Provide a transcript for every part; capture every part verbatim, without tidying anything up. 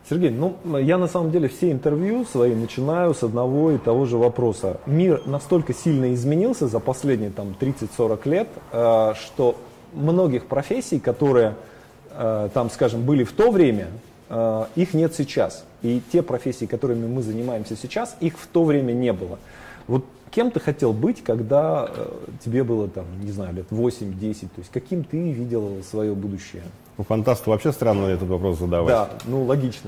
Сергей, ну я на самом деле все интервью свои начинаю с одного и того же вопроса. Мир настолько сильно изменился за последние там тридцать-сорок лет, э, что многих профессий, которые э, там, скажем, были в то время, э, их нет сейчас. И те профессии, которыми мы занимаемся сейчас, их в то время не было. Вот кем ты хотел быть, когда э, тебе было там, не знаю, лет восемь-десять, то есть каким ты видел свое будущее? У фантаста вообще странно этот вопрос задавать. Да, ну логично.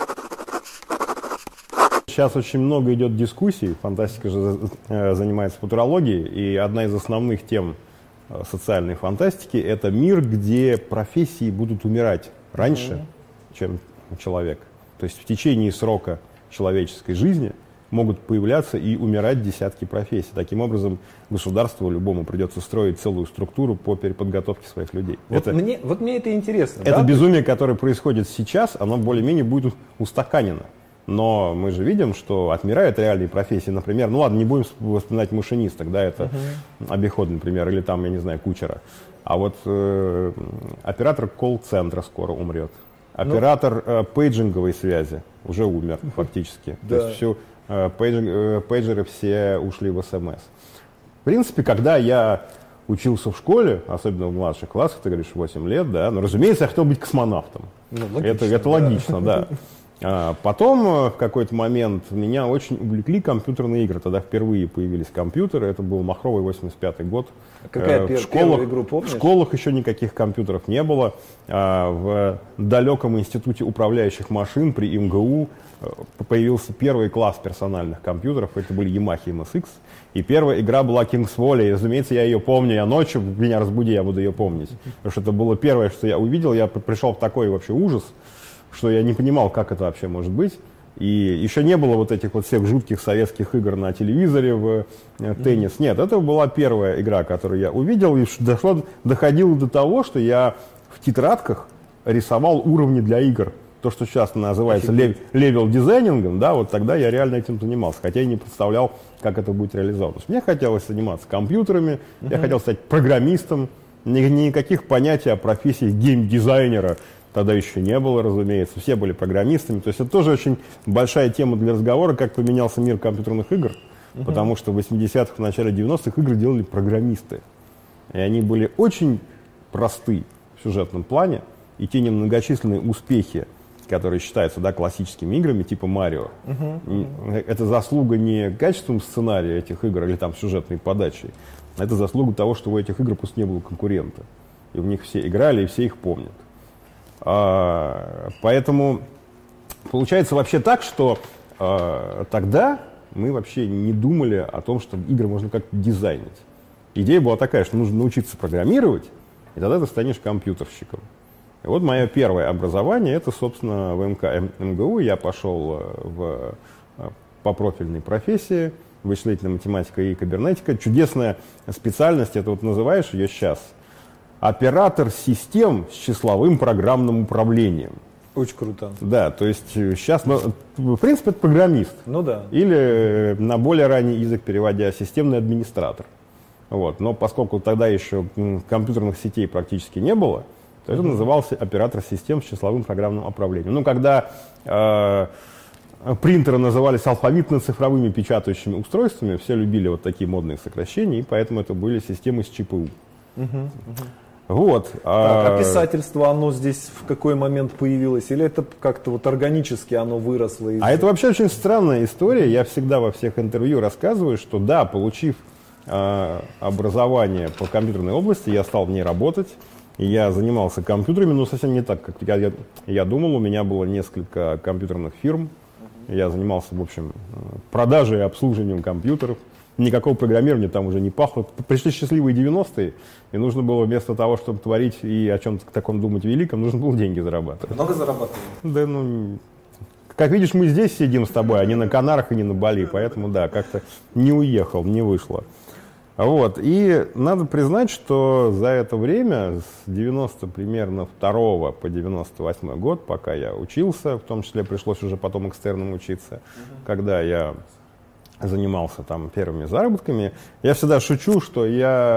Сейчас очень много идет дискуссий, фантастика же занимается футурологией, и одна из основных тем социальной фантастики — это мир, где профессии будут умирать раньше, mm-hmm. чем человек. То есть в течение срока человеческой жизни могут появляться и умирать десятки профессий. Таким образом, государству любому придется строить целую структуру по переподготовке своих людей. Вот, это, мне, вот мне это интересно. Это да? безумие, которое происходит сейчас, оно более-менее будет устаканено. Но мы же видим, что отмирают реальные профессии. Например, ну ладно, не будем вспоминать машинисток, да, это uh-huh. обиходный пример, или там, я не знаю, кучера. А вот э, оператор колл-центра скоро умрет. Оператор ну, э, пейджинговой связи уже умер фактически. Да. То есть все, э, пейджинг, э, пейджеры все ушли в эс эм эс. В принципе, когда я учился в школе, особенно в младших классах, ты говоришь, восемь лет, да, но, разумеется, я хотел быть космонавтом. Ну, логично, это, это да. логично, да. А потом в какой-то момент меня очень увлекли компьютерные игры. Тогда впервые появились компьютеры. Это был махровый восемьдесят пятый год. Какая в школах, первую игру помнишь? В школах еще никаких компьютеров не было. В далеком институте управляющих машин при эм гэ у появился первый класс персональных компьютеров. Это были Yamaha эм эс икс. И первая игра была King's Volley. И, разумеется, я ее помню. Я ночью, меня разбуди, я буду ее помнить. Потому что это было первое, что я увидел. Я пришел в такой вообще ужас, что я не понимал, как это вообще может быть. И еще не было вот этих вот всех жутких советских игр на телевизоре в теннис. Mm-hmm. Нет, это была первая игра, которую я увидел, и дошло, доходило до того, что я в тетрадках рисовал уровни для игр. То, что сейчас называется лев, левел-дизайнингом, да, вот тогда я реально этим занимался, хотя и не представлял, как это будет реализовано. Мне хотелось заниматься компьютерами, mm-hmm. я хотел стать программистом, никаких понятий о профессии гейм-дизайнера тогда еще не было, разумеется, все были программистами. То есть это тоже очень большая тема для разговора, как поменялся мир компьютерных игр, uh-huh. потому что в восьмидесятых, в начале девяностых игры делали программисты. И они были очень просты в сюжетном плане, и те немногочисленные успехи, которые считаются да, классическими играми, типа Марио, uh-huh. Uh-huh. это заслуга не качеством сценария этих игр или там сюжетной подачей, это заслуга того, что у этих игр просто не было конкурента. И в них все играли, и все их помнят. А, поэтому получается вообще так, что а, тогда мы вообще не думали о том, что игры можно как-то дизайнить. Идея была такая, что нужно научиться программировать, и тогда ты станешь компьютерщиком. И вот мое первое образование, это, собственно, в эм ка эм гэ у. Я пошел в, по профильной профессии, вычислительная математика и кибернетика. Чудесная специальность, это вот называешь ее сейчас, оператор систем с числовым программным управлением. Очень круто. Да, то есть сейчас, ну, в принципе, это программист. Ну да. Или на более ранний язык переводя, системный администратор. Вот. Но поскольку тогда еще компьютерных сетей практически не было, то это mm-hmm. назывался оператор систем с числовым программным управлением. Ну, когда э, принтеры назывались алфавитно-цифровыми печатающими устройствами, все любили вот такие модные сокращения, и поэтому это были системы с ЧПУ. Mm-hmm. Mm-hmm. Вот. Так, а писательство, оно здесь в какой момент появилось? Или это как-то вот органически оно выросло? Из... А это вообще очень странная история. Я всегда во всех интервью рассказываю, что да, получив э, образование по компьютерной области, я стал в ней работать. И я занимался компьютерами, но совсем не так, как я, я, я думал. У меня было несколько компьютерных фирм. Я занимался, в общем, продажей и обслуживанием компьютеров. Никакого программирования там уже не пахло. Пришли счастливые девяностые, и нужно было вместо того, чтобы творить и о чем-то таком думать великом, нужно было деньги зарабатывать. Много зарабатывали? Да, ну, как видишь, мы здесь сидим с тобой, а не на Канарах и не на Бали, поэтому, да, как-то не уехал, не вышло. Вот, и надо признать, что за это время, с девяносто примерно второго по девяносто восьмой год, пока я учился, в том числе пришлось уже потом экстерном учиться, uh-huh. когда я занимался там первыми заработками, я всегда шучу, что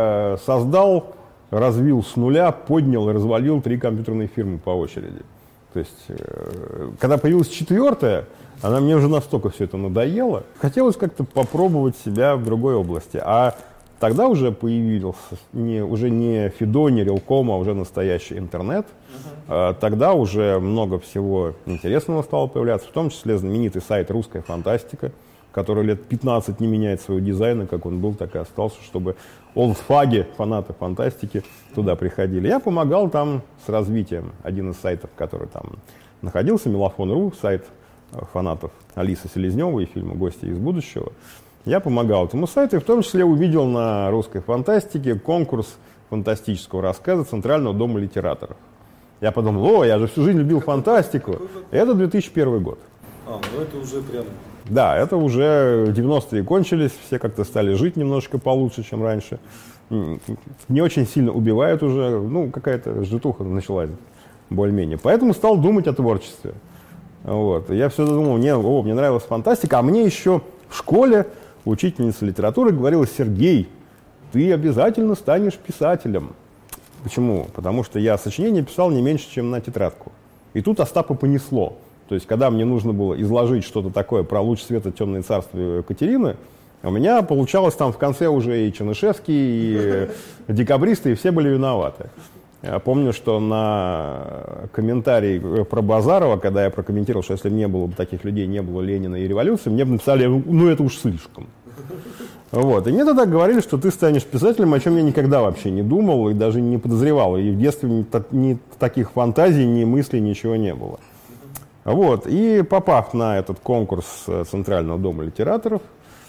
я создал, развил с нуля, поднял и развалил три компьютерные фирмы по очереди. То есть, э, когда появилась четвертая, она мне уже настолько все это надоело. Хотелось как-то попробовать себя в другой области. А тогда уже появился не, уже не Фидо, не Рилком, а уже настоящий интернет. Uh-huh. Тогда уже много всего интересного стало появляться, в том числе знаменитый сайт «Русская фантастика», который лет пятнадцать не меняет своего дизайна, как он был, так и остался, чтобы олдфаги, фанаты фантастики, туда приходили. Я помогал там с развитием. Один из сайтов, который там находился, Мелофон точка ру, сайт фанатов Алисы Селезневой и фильма «Гости из будущего». Я помогал этому сайту, и в том числе увидел на «Русской фантастике» конкурс фантастического рассказа Центрального дома литераторов. Я подумал, о, я же всю жизнь любил фантастику. Это две тысячи первый год. А, ну это уже прям... Да, это уже девяностые кончились, все как-то стали жить немножко получше, чем раньше. Не очень сильно убивают уже, ну, какая-то житуха началась более-менее. Поэтому стал думать о творчестве. Вот. Я все думал, мне, о, мне нравилась фантастика, а мне еще в школе учительница литературы говорила: Сергей, ты обязательно станешь писателем. Почему? Потому что я сочинение писал не меньше, чем на тетрадку. И тут Остапа понесло. То есть, когда мне нужно было изложить что-то такое про луч света темное царство Екатерины, у меня получалось там в конце уже и Чернышевский, и декабристы, и все были виноваты. Я помню, что на комментарий про Базарова, когда я прокомментировал, что если бы не было бы таких людей, не было Ленина и революции, мне бы написали: ну это уж слишком. Вот. И мне тогда говорили, что ты станешь писателем, о чем я никогда вообще не думал и даже не подозревал. И в детстве ни, ни таких фантазий, ни мыслей, ничего не было. Вот. И попав на этот конкурс Центрального дома литераторов,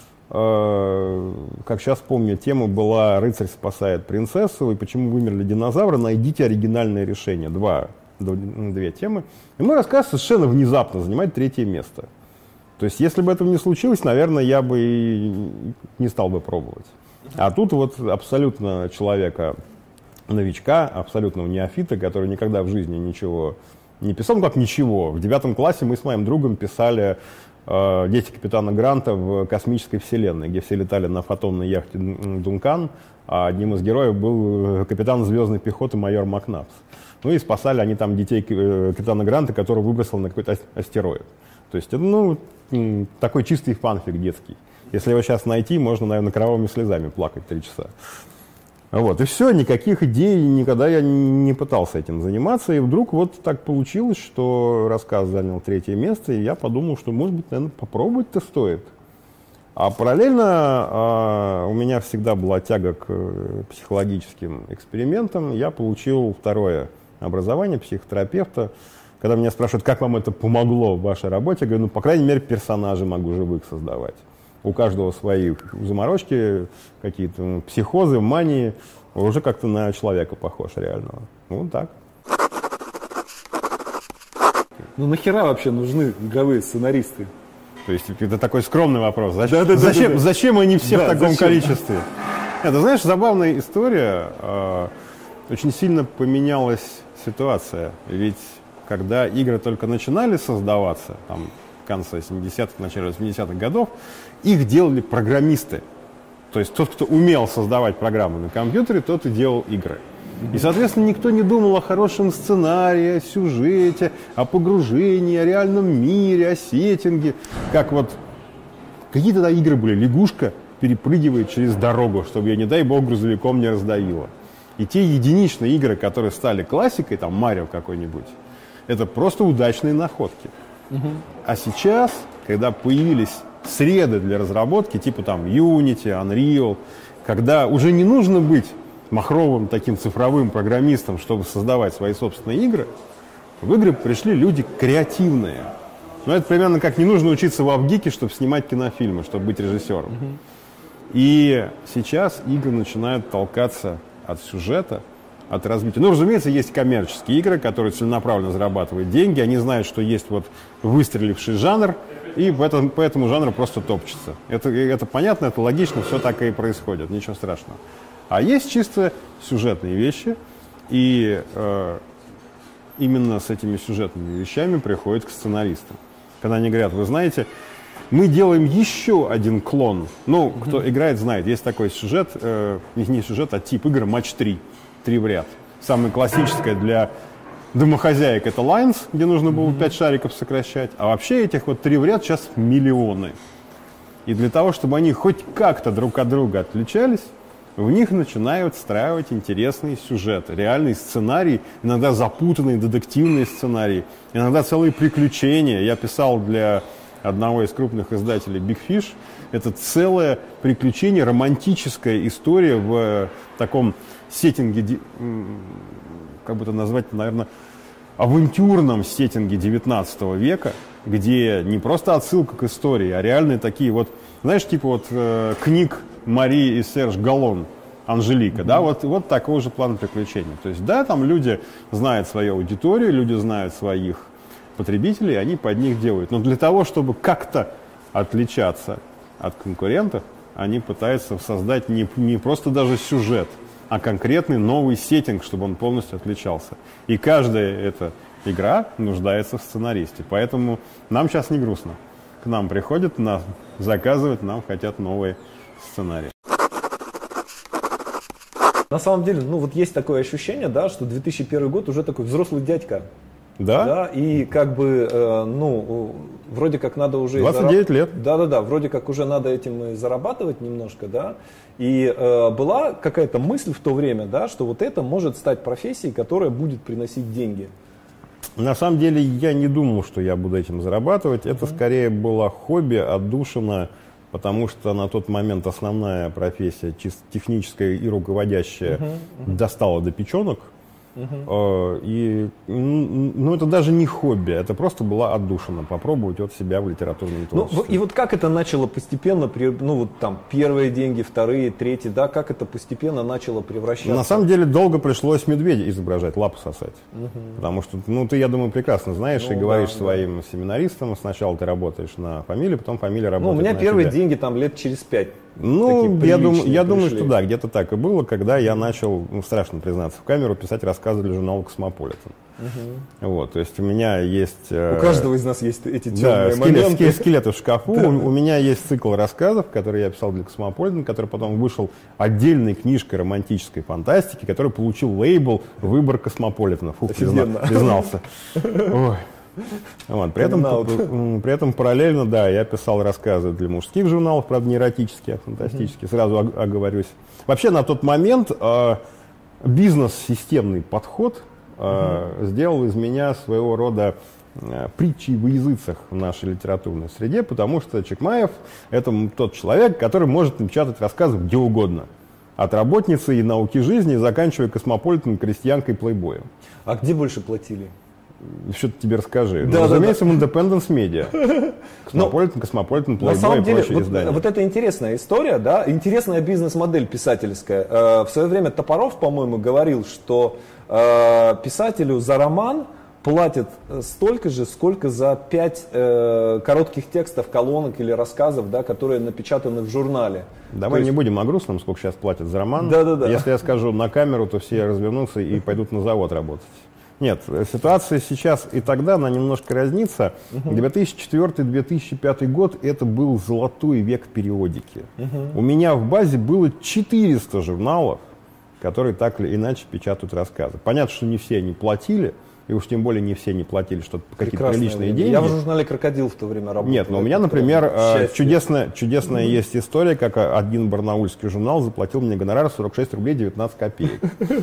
э, как сейчас помню, тема была «Рыцарь спасает принцессу» и «Почему вымерли динозавры?». Найдите оригинальное решение. Два, две темы. И мой рассказ совершенно внезапно занимает третье место. То есть, если бы этого не случилось, наверное, я бы и не стал бы пробовать. А тут вот абсолютно человека, новичка, абсолютного неофита, который никогда в жизни ничего не писал, ну как ничего. В девятом классе мы с моим другом писали э, «Дети капитана Гранта» в космической вселенной, где все летали на фотонной яхте «Дункан», а одним из героев был капитан звездной пехоты майор Макнапс. Ну и спасали они там детей э, капитана Гранта, который выбросил на какой-то астероид. То есть, ну, такой чистый фанфик детский. Если его сейчас найти, можно, наверное, кровавыми слезами плакать три часа. Вот, и все, никаких идей, никогда я не пытался этим заниматься. И вдруг вот так получилось, что рассказ занял третье место, и я подумал, что, может быть, наверное, попробовать-то стоит. А параллельно а, у меня всегда была тяга к психологическим экспериментам. Я получил второе образование психотерапевта. Когда меня спрашивают, как вам это помогло в вашей работе, я говорю, ну, по крайней мере, персонажей могу живых создавать. У каждого свои заморочки, какие-то ну, психозы, мании, уже как-то на человека похож реального. Вот так. Ну нахера вообще нужны игровые сценаристы? То есть это такой скромный вопрос. Зачем, да, да, зачем, да, да. зачем они все да, в таком зачем? количестве? Это, знаешь, забавная история. Э, очень сильно поменялась ситуация. Ведь когда игры только начинали создаваться, там, в конце семидесятых, начале восьмидесятых годов, их делали программисты. То есть тот, кто умел создавать программы на компьютере, тот и делал игры. И, соответственно, никто не думал о хорошем сценарии, о сюжете, о погружении, о реальном мире, о сеттинге. Как вот какие тогда игры были? Лягушка перепрыгивает через дорогу, чтобы ее, не дай бог, грузовиком не раздавило. И те единичные игры, которые стали классикой, там Марио какой-нибудь, это просто удачные находки. Угу. А сейчас, когда появились среды для разработки, типа там Unity, Unreal, когда уже не нужно быть махровым таким цифровым программистом, чтобы создавать свои собственные игры, в игры пришли люди креативные. Но это примерно как не нужно учиться в Авгике, чтобы снимать кинофильмы, чтобы быть режиссером. Угу. И сейчас игры начинают толкаться от сюжета, от развития. Ну, разумеется, есть коммерческие игры, которые целенаправленно зарабатывают деньги. Они знают, что есть вот выстреливший жанр, и по этому, по этому жанру просто топчется. Это, это понятно, это логично, все так и происходит, ничего страшного. А есть чисто сюжетные вещи, и э, именно с этими сюжетными вещами приходят к сценаристам. Когда они говорят, вы знаете, мы делаем еще один клон. Ну, кто mm-hmm. играет, знает, есть такой сюжет, э, не сюжет, а тип игры матч три. Три в ряд. Самая классическая для домохозяек это Lines, где нужно было пять шариков сокращать, а вообще этих вот три в ряд сейчас миллионы. И для того, чтобы они хоть как-то друг от друга отличались, в них начинают встраивать интересный сюжет, реальный сценарий, иногда запутанные детективные сценарии, иногда целые приключения. Я писал для одного из крупных издателей Big Fish. Это целое приключение, романтическая история в таком сеттинге, как бы это назвать, наверное, авантюрном сеттинге девятнадцатого века, где не просто отсылка к истории, а реальные такие вот, знаешь, типа вот э, книг Марии и Серж Галлон, Анжелика, mm-hmm. да, вот, вот такого же плана приключений. То есть, да, там люди знают свою аудиторию, люди знают своих потребителей, они под них делают. Но для того, чтобы как-то отличаться от конкурентов, они пытаются создать не, не просто даже сюжет, а конкретный новый сеттинг, чтобы он полностью отличался. И каждая эта игра нуждается в сценаристе. Поэтому нам сейчас не грустно. К нам приходят, нас заказывают, нам хотят новые сценарии. На самом деле, ну вот есть такое ощущение, да, что две тысячи первый год уже такой взрослый дядька. Да? Да, и как бы, э, ну, вроде как надо уже... двадцать девять лет. Да-да-да, вроде как уже надо этим и зарабатывать немножко, да. И э, была какая-то мысль в то время, да, что вот это может стать профессией, которая будет приносить деньги. На самом деле я не думал, что я буду этим зарабатывать. Это uh-huh. скорее было хобби, отдушина, потому что на тот момент основная профессия, чисто техническая и руководящая, uh-huh. Uh-huh. достала до печенок. Uh-huh. И, ну, это даже не хобби, это просто была отдушина, попробовать вот себя в литературном творчестве. Ну, и вот как это начало постепенно, ну вот там первые деньги, вторые, третьи, да, как это постепенно начало превращаться? На самом деле долго пришлось медведя изображать, лапу сосать. Uh-huh. Потому что, ну, ты, я думаю, прекрасно знаешь ну, и говоришь да, своим да. семинаристам, сначала ты работаешь на фамилии, потом фамилия работает на Ну, у меня на первые тебя. деньги там лет через пять. Ну, я, дум, я думаю, что да, где-то так и было, когда я начал, ну, страшно признаться, в камеру писать рассказы для журнала «Космополитен». Угу. Вот, то есть у меня есть... У каждого из нас есть эти темные да, моменты. Скелет, скелеты в шкафу. у, у меня есть цикл рассказов, который я писал для «Космополитен», который потом вышел отдельной книжкой романтической фантастики, который получил лейбл «Выбор Космополитена». Фух, призна, признался. Ой. Вот, при, этом, при этом параллельно, да, я писал рассказы для мужских журналов, правда, не эротические, а фантастические, mm-hmm. сразу оговорюсь. Вообще на тот момент э, бизнес-системный подход э, mm-hmm. сделал из меня своего рода э, притчей во языцах в нашей литературной среде, потому что Чекмаев — это тот человек, который может напечатать рассказы где угодно. От работницы и науки жизни, заканчивая «Космополитеном», крестьянкой, плейбоем. А где больше платили? Что-то тебе расскажи. Да, ну, да, разумеется, да. в Independence Media. Космополитен, Космополитен, Playboy и прочие вот, издания. Вот это интересная история, да, интересная бизнес-модель писательская. Э, в свое время Топоров, по-моему, говорил, что э, писателю за роман платят столько же, сколько за пять э, коротких текстов, колонок или рассказов, да, которые напечатаны в журнале. Давай есть... не будем о грустном, сколько сейчас платят за роман. Да, да, да. Если я скажу на камеру, то все развернутся и пойдут на завод работать. Нет, ситуация сейчас и тогда, она немножко разнится. Uh-huh. две тысячи четвёртый — две тысячи пятый год — это был золотой век периодики. Uh-huh. У меня в базе было четыреста журналов, которые так или иначе печатают рассказы. Понятно, что не все они платили, и уж тем более не все не платили что-то какие-то приличные деньги. Я в журнале «Крокодил» в то время работал. Нет, но у меня, например, чудесная, чудесная mm-hmm. есть история, как один барнаульский журнал заплатил мне гонорар сорок шесть рублей девятнадцать копеек.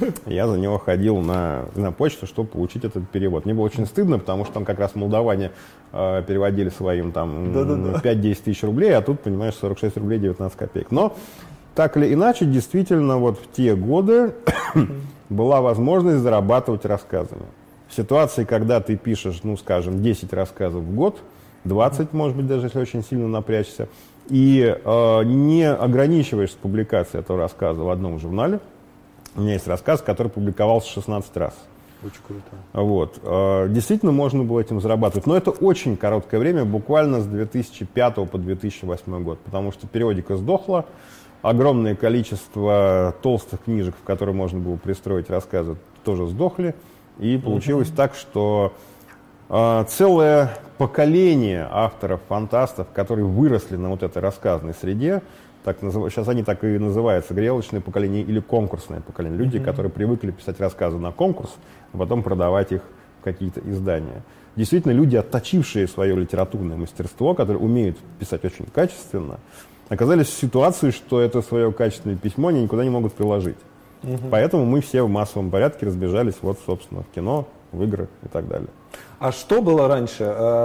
Я за него ходил на, на почту, чтобы получить этот перевод. Мне было очень стыдно, потому что там как раз молдаване э, переводили своим там пять-десять тысяч рублей, а тут, понимаешь, сорок шесть рублей девятнадцать копеек. Но так или иначе, действительно, вот в те годы была возможность зарабатывать рассказами. В ситуации, когда ты пишешь, ну, скажем, десять рассказов в год, двадцать, может быть, даже если очень сильно напрячься, и э, не ограничиваешься публикацией этого рассказа в одном журнале. У меня есть рассказ, который публиковался шестнадцать раз. Очень круто. Вот. Э, действительно, можно было этим зарабатывать. Но это очень короткое время, буквально с две тысячи пятого по две тысячи восьмой год, потому что периодика сдохла, огромное количество толстых книжек, в которые можно было пристроить рассказы, тоже сдохли. И получилось uh-huh. так, что э, целое поколение авторов-фантастов, которые выросли на вот этой рассказной среде, так назыв... сейчас они так и называются, грелочное поколение или конкурсное поколение. Люди, uh-huh. которые привыкли писать рассказы на конкурс, а потом продавать их какие-то издания. Действительно, люди, отточившие свое литературное мастерство, которые умеют писать очень качественно, оказались в ситуации, что это свое качественное письмо они никуда не могут приложить. Угу. Поэтому мы все в массовом порядке разбежались, вот, собственно, в кино, в игры и так далее. А что было раньше?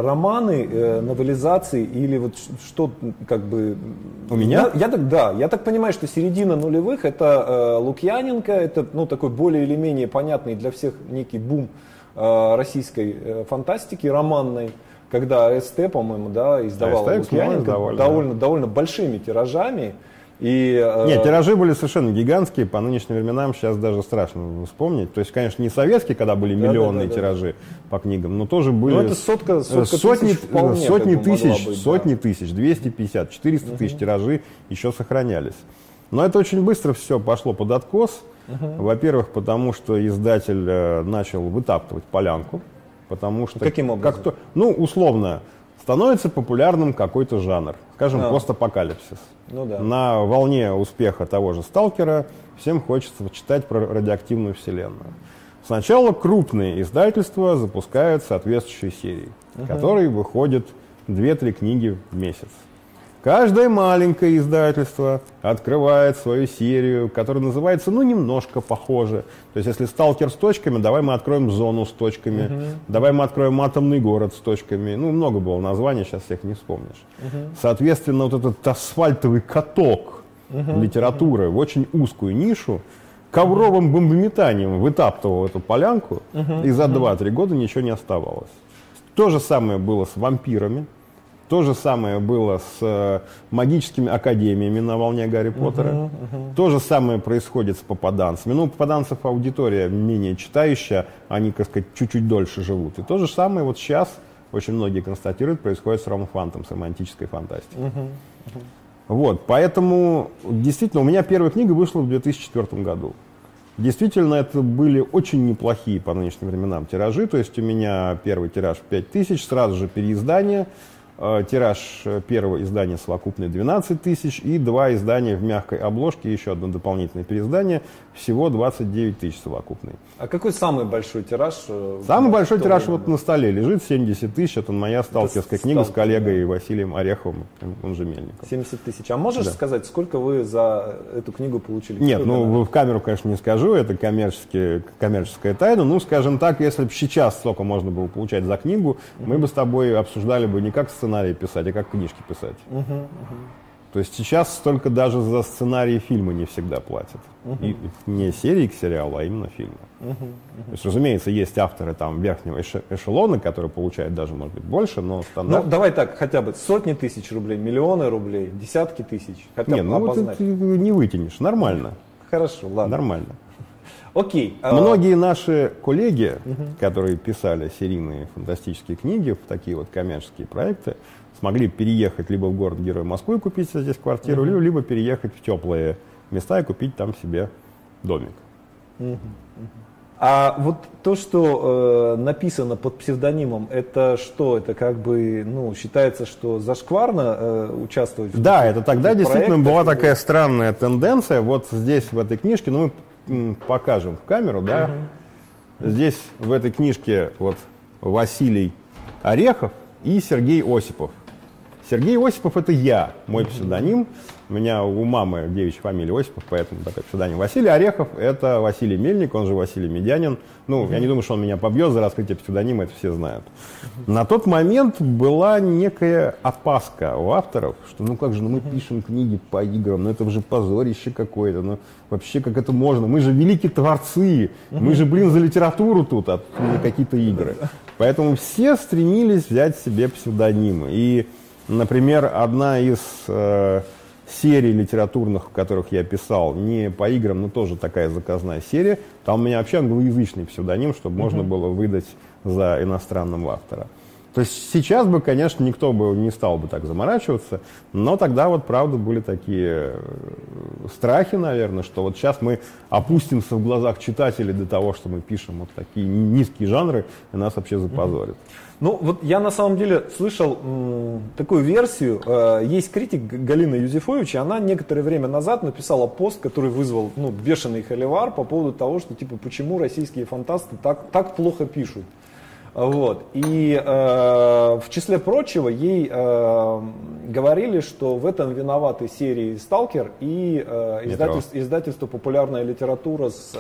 Романы, новелизации или вот что, как бы... У меня? Я, я так, да, я так понимаю, что середина нулевых это э, Лукьяненко, это ну, такой более или менее понятный для всех некий бум э, российской э, фантастики романной, когда АСТ, по-моему, да, издавал а Лукьяненко довольно, да. довольно большими тиражами. И, э... Нет, тиражи были совершенно гигантские, по нынешним временам сейчас даже страшно вспомнить. То есть, конечно, не советские, когда были миллионные да, да, да, тиражи да. по книгам, но тоже были ну, это сотка, сотка сотни тысяч, вполне, сотни тысяч, быть, сотни да. тысяч, двести пятьдесят, четыреста uh-huh. тысяч тиражи еще сохранялись. Но это очень быстро все пошло под откос. Uh-huh. Во-первых, потому что издатель э, начал вытаптывать полянку. Потому что каким образом? Как-то, ну, условно, становится популярным какой-то жанр, скажем, а. постапокалипсис. Ну, да. На волне успеха того же «Сталкера» всем хочется читать про радиоактивную вселенную. Сначала крупные издательства запускают соответствующие серии, uh-huh. которые выходят две-три книги в месяц. Каждое маленькое издательство открывает свою серию, которая называется, ну, немножко похоже. То есть, если «Сталкер» с точками, давай мы откроем «Зону» с точками, uh-huh. давай мы откроем «Атомный город» с точками. Ну, много было названий, сейчас всех не вспомнишь. Uh-huh. Соответственно, вот этот асфальтовый каток uh-huh. литературы uh-huh. в очень узкую нишу ковровым бомбометанием вытаптывал эту полянку, uh-huh. и за два-три года ничего не оставалось. То же самое было с вампирами. То же самое было с э, магическими академиями на волне Гарри Поттера. Uh-huh, uh-huh. То же самое происходит с попаданцами. Ну, у попаданцев аудитория менее читающая, они, так сказать, чуть-чуть дольше живут. И то же самое вот сейчас, очень многие констатируют, происходит с ромфантом, с романтической фантастикой. Uh-huh, uh-huh. Вот, поэтому, действительно, у меня первая книга вышла в две тысячи четвёртом году. Действительно, это были очень неплохие по нынешним временам тиражи. То есть у меня первый тираж пять тысяч, сразу же переиздание. Тираж первого издания совокупный двенадцать тысяч и два издания в мягкой обложке, еще одно дополнительное переиздание, всего двадцать девять тысяч совокупный. А какой самый большой тираж? Самый большой тираж вот на столе лежит, семьдесят тысяч, это моя сталкерская это книга сталкер, с коллегой да. Василием Ореховым, он же Мельников. семьдесят тысяч. А можешь да. сказать, сколько вы за эту книгу получили? Нет, сколько ну надо? в камеру, конечно, не скажу, это коммерческая тайна. Ну, скажем так, если бы сейчас столько можно было получать за книгу, uh-huh. мы бы с тобой обсуждали бы не как сценарий писать, а как книжки писать. Uh-huh, uh-huh. То есть сейчас столько даже за сценарии фильма не всегда платят. Uh-huh. И не серии к сериалу, а именно фильма. Uh-huh, uh-huh. То есть, разумеется, есть авторы там верхнего эшелона, которые получают даже, может быть, больше, но стандарт... Ну, давай так, хотя бы сотни тысяч рублей, миллионы рублей, десятки тысяч. Хотя не, бы ну обозначить. вот ты не вытянешь, нормально. Хорошо, ладно. Нормально. Окей. Многие наши коллеги, uh-huh. которые писали серийные фантастические книги, такие вот коммерческие проекты, смогли переехать либо в город-герой Москвы, купить здесь квартиру, uh-huh. либо переехать в теплые места и купить там себе домик. Uh-huh. Uh-huh. А вот то, что э, написано под псевдонимом, это что? Это как бы, ну, считается, что зашкварно э, участвовать в Да, таких, это тогда действительно проектах, была или... такая странная тенденция. Вот здесь, в этой книжке, ну, мы м, покажем в камеру, да. Uh-huh. Здесь, в этой книжке, вот, Василий Орехов и Сергей Осипов. Сергей Осипов — это я, мой псевдоним. У меня у мамы девичья фамилия Осипов, поэтому такой псевдоним. Василий Орехов — это Василий Мельник, он же Василий Медянин. Ну, uh-huh. я не думаю, что он меня побьет за раскрытие псевдонима, это все знают. Uh-huh. На тот момент была некая опаска у авторов, что ну как же, ну мы uh-huh. пишем книги по играм, ну это же позорище какое-то, ну вообще как это можно? Мы же великие творцы, uh-huh. мы же, блин, за литературу тут, а не какие-то игры. Поэтому все стремились взять себе псевдонимы. И, например, одна из... Э, серий литературных, в которых я писал, не по играм, но тоже такая заказная серия. Там у меня вообще англоязычный псевдоним, чтобы uh-huh. можно было выдать за иностранного автора. То есть сейчас бы, конечно, никто бы не стал бы так заморачиваться, но тогда вот, правда, были такие страхи, наверное, что вот сейчас мы опустимся в глазах читателей до того, что мы пишем вот такие низкие жанры, и нас вообще запозорят. Ну, вот я на самом деле слышал м, такую версию. Э, есть критик Галина Юзефович, и она некоторое время назад написала пост, который вызвал ну, бешеный холивар по поводу того, что типа почему российские фантасты так, так плохо пишут. Вот. И э, в числе прочего ей э, говорили, что в этом виноваты серии «Сталкер» и э, издательство, издательство «Популярная литература» с,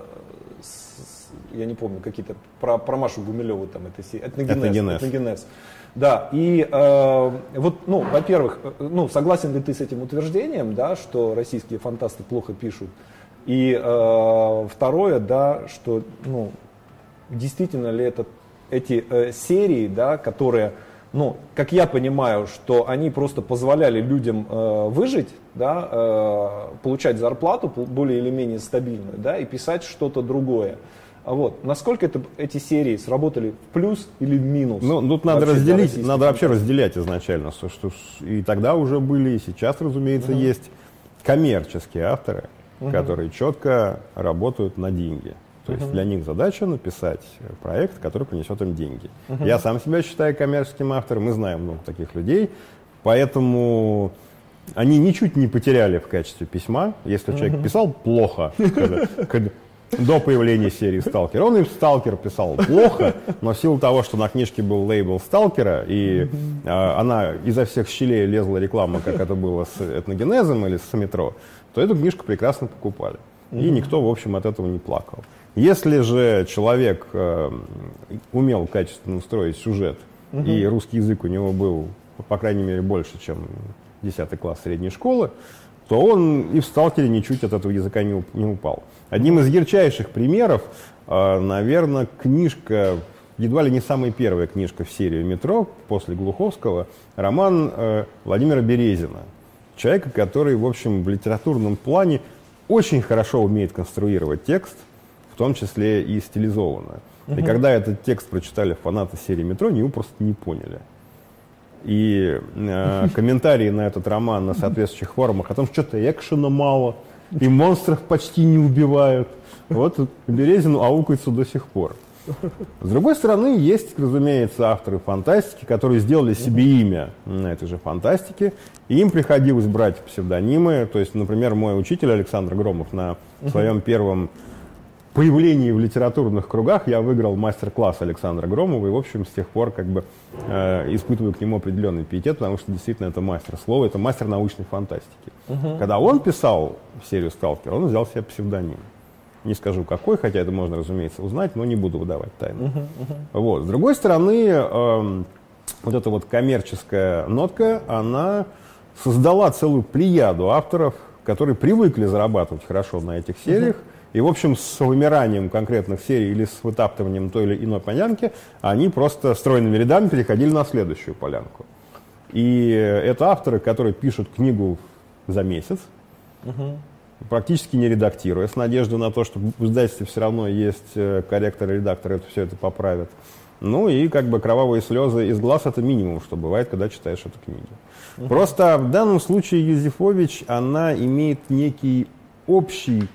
с, я не помню, какие-то, про, про Машу Гумилеву там этой серии, «Этногенез». «Этногенез». Да, и э, вот, ну, во-первых, ну, согласен ли ты с этим утверждением, да, что российские фантасты плохо пишут? И э, второе, да, что, ну, действительно ли это эти э, серии, да, которые, ну, как я понимаю, что они просто позволяли людям э, выжить, да, э, получать зарплату более или менее стабильную, да, и писать что-то другое. Вот. Насколько это, эти серии сработали в плюс или в минус? Ну, тут надо разделить, надо вообще разделять изначально, что, что и тогда уже были, и сейчас, разумеется, угу. есть коммерческие авторы, угу. которые четко работают на деньги. То есть uh-huh. для них задача написать проект, который принесет им деньги. Uh-huh. Я сам себя считаю коммерческим автором, мы знаем много таких людей, поэтому они ничуть не потеряли в качестве письма. Если uh-huh. человек писал плохо когда, когда, до появления серии «Сталкер», он и «Сталкер» писал плохо, но в силу того, что на книжке был лейбл «Сталкера», и uh-huh. а, она изо всех щелей лезла реклама, как это было с «Этногенезом» или с «Метро», то эту книжку прекрасно покупали. Uh-huh. И никто, в общем, от этого не плакал. Если же человек э, умел качественно строить сюжет, угу. и русский язык у него был, по крайней мере, больше, чем десятый класс средней школы, то он и в «Сталкере» ничуть от этого языка не, не упал. Одним из ярчайших примеров, э, наверное, книжка, едва ли не самая первая книжка в серии «Метро» после Глуховского, роман э, Владимира Березина. Человека, который, в общем, в литературном плане очень хорошо умеет конструировать текст, в том числе и стилизованно. Uh-huh. И когда этот текст прочитали фанаты серии «Метро», они его просто не поняли. И э, комментарии на этот роман на соответствующих форумах о том, что что-то экшена мало, и монстров почти не убивают. Вот Березину аукается до сих пор. С другой стороны, есть, разумеется, авторы фантастики, которые сделали себе имя на этой же фантастике, и им приходилось брать псевдонимы. То есть, например, мой учитель Александр Громов на своем первом появлении в литературных кругах я выиграл мастер-класс Александра Громова, и, в общем, с тех пор как бы э, испытываю к нему определенный пиетет, потому что действительно это мастер слова, это мастер научной фантастики. Uh-huh. Когда он писал серию «Сталкер», он взял себе псевдоним. Не скажу какой, хотя это можно, разумеется, узнать, но не буду выдавать тайну. Uh-huh. Uh-huh. Вот. С другой стороны, э, вот эта вот коммерческая нотка, она создала целую плеяду авторов, которые привыкли зарабатывать хорошо на этих сериях, uh-huh. И, в общем, с вымиранием конкретных серий или с вытаптыванием той или иной полянки, они просто стройными рядами переходили на следующую полянку. И это авторы, которые пишут книгу за месяц, угу. практически не редактируя, с надеждой на то, что в издательстве все равно есть корректор и редактор, это все это поправят. Ну и как бы кровавые слезы из глаз — это минимум, что бывает, когда читаешь эту книгу. Угу. Просто в данном случае Юзефович, она имеет некий общий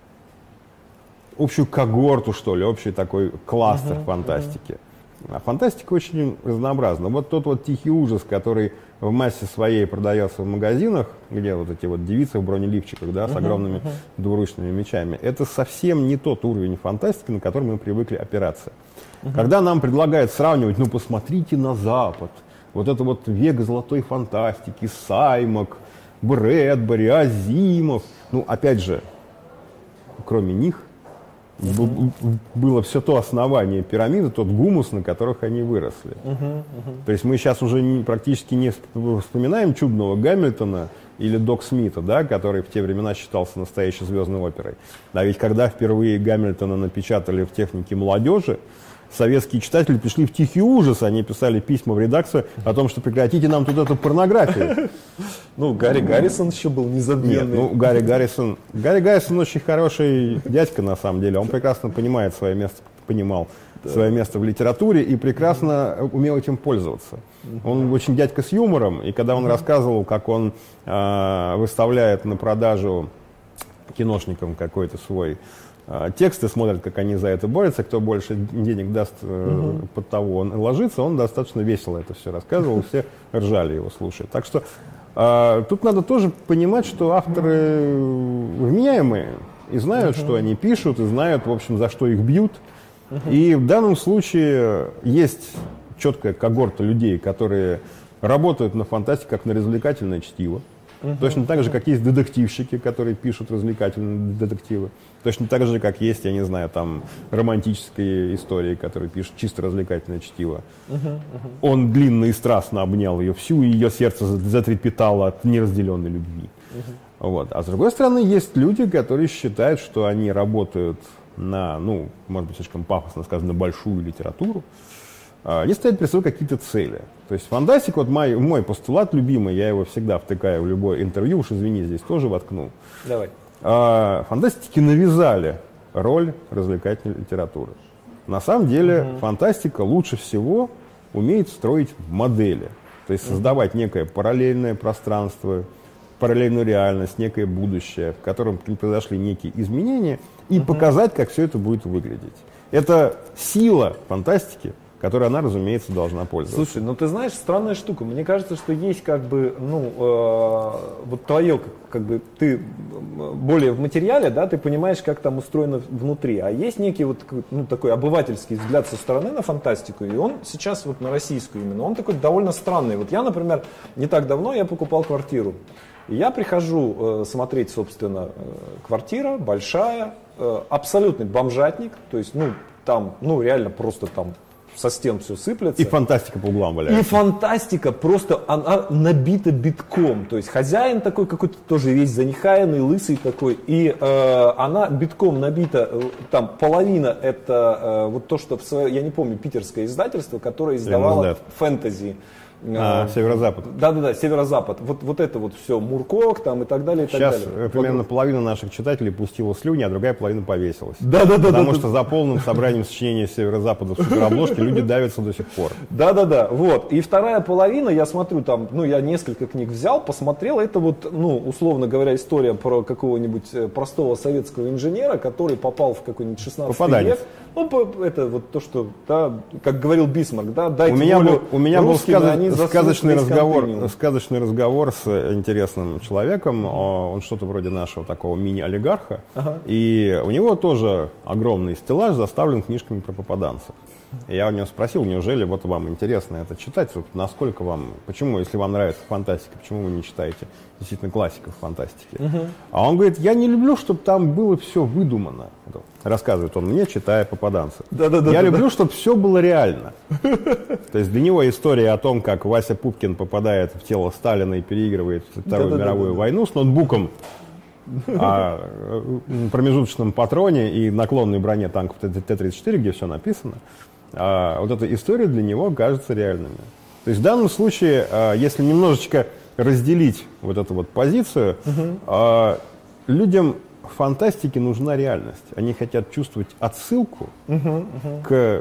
общую когорту, что ли, общий такой кластер uh-huh, фантастики. Uh-huh. А фантастика очень разнообразна. Вот тот вот «Тихий ужас», который в массе своей продается в магазинах, где вот эти вот девицы в бронеливчиках, да, с uh-huh, огромными uh-huh. двуручными мечами, это совсем не тот уровень фантастики, на который мы привыкли опираться. Uh-huh. Когда нам предлагают сравнивать, ну, посмотрите на Запад, вот это вот век золотой фантастики, Саймак, Брэдбери, Азимов, ну, опять же, кроме них, Uh-huh. было все то основание пирамиды, тот гумус, на которых они выросли. Uh-huh, uh-huh. То есть мы сейчас уже не, практически не вспоминаем чудного Гамильтона или Док Смита, да, который в те времена считался настоящей звездной оперой. А ведь когда впервые Гамильтона напечатали в технике молодежи, советские читатели пришли в тихий ужас, они писали письма в редакцию о том, что прекратите нам тут эту порнографию. Ну, Гарри Гаррисон еще был незабвенный. Нет, ну, Гарри Гаррисон, Гарри Гаррисон очень хороший дядька, на самом деле. Он прекрасно понимает свое место, понимал да. свое место в литературе и прекрасно умел этим пользоваться. Он очень дядька с юмором, и когда он рассказывал, как он э, выставляет на продажу киношникам какой-то свой тексты, смотрят, как они за это борются, кто больше денег даст, uh-huh. под того он ложится, он достаточно весело это все рассказывал, все ржали его, слушая. Так что э, тут надо тоже понимать, что авторы вменяемые и знают, uh-huh. что они пишут, и знают, в общем, за что их бьют. Uh-huh. И в данном случае есть четкая когорта людей, которые работают на фантастике как на развлекательное чтиво. Uh-huh. Точно так же, как есть детективщики, которые пишут развлекательные детективы. Точно так же, как есть, я не знаю, там романтические истории, которые пишут чисто развлекательное чтиво. Uh-huh. Uh-huh. Он длинно и страстно обнял ее всю, и ее сердце затрепетало от неразделенной любви. Uh-huh. Вот. А с другой стороны, есть люди, которые считают, что они работают на, ну, может быть, слишком пафосно сказано, большую литературу. Они ставят перед собой какие-то цели. То есть фантастика, вот мой, мой постулат любимый, я его всегда втыкаю в любое интервью, уж извини, здесь тоже воткну. Давай. А, фантастики навязали роль развлекательной литературы. На самом деле угу. фантастика лучше всего умеет строить модели. То есть создавать угу. некое параллельное пространство, параллельную реальность, некое будущее, в котором произошли некие изменения, и угу. показать, как все это будет выглядеть. Это сила фантастики, которой она, разумеется, должна пользоваться. Слушай, ну ты знаешь, странная штука. Мне кажется, что есть как бы, ну, э, вот твое, как, как бы, ты более в материале, да, ты понимаешь, как там устроено внутри. А есть некий вот, ну, такой обывательский взгляд со стороны на фантастику, и он сейчас вот на российскую именно, он такой довольно странный. Вот я, например, не так давно я покупал квартиру. И я прихожу э, смотреть, собственно, э, квартира большая, э, абсолютный бомжатник, то есть, ну, там, ну, реально просто там со стен все сыплется. И фантастика по углам валяется. И фантастика просто, она набита битком. То есть хозяин такой какой-то тоже весь занехаянный, лысый такой. И э, она битком набита, там половина это э, вот то, что, в свое, я не помню, питерское издательство, которое издавало фэнтези. А, северо-запад. Да-да-да, северо-запад. Вот, вот это вот все, Муркок там и так далее. И Сейчас так далее. примерно вот. половина наших читателей пустила слюни, а другая половина повесилась. Да-да-да. Потому да, что да. за полным собранием сочинения северо-запада в суперобложке люди давятся до сих пор. Да-да-да, вот. И вторая половина, я смотрю там, ну я несколько книг взял, посмотрел, это вот, ну, условно говоря, история про какого-нибудь простого советского инженера, который попал в какой-нибудь шестнадцатый век. Ну, это вот то, что, да, как говорил Бисмарк, да, дайте у меня волю был, у меня русским, был они сказочный разговор, континуум. сказочный разговор с интересным человеком, mm-hmm. он что-то вроде нашего такого мини-олигарха, ага. и у него тоже огромный стеллаж заставлен книжками про попаданцев. И я у него спросил, неужели вот вам интересно это читать, вот насколько вам, почему, если вам нравится фантастика, почему вы не читаете действительно классиков фантастики? Uh-huh. А он говорит, я не люблю, чтобы там было все выдумано. Рассказывает он мне, читая попаданцев. Да-да-да, я да, люблю, да. чтобы все было реально. То есть для него история о том, как Вася Пупкин попадает в тело Сталина и переигрывает Вторую мировую войну с ноутбуком, о промежуточном патроне и наклонной броне танков Т тридцать четыре, где все написано. А, вот эта история для него кажется реальными. То есть в данном случае, а, если немножечко разделить вот эту вот позицию, uh-huh. а, людям в фантастике нужна реальность. Они хотят чувствовать отсылку uh-huh. Uh-huh.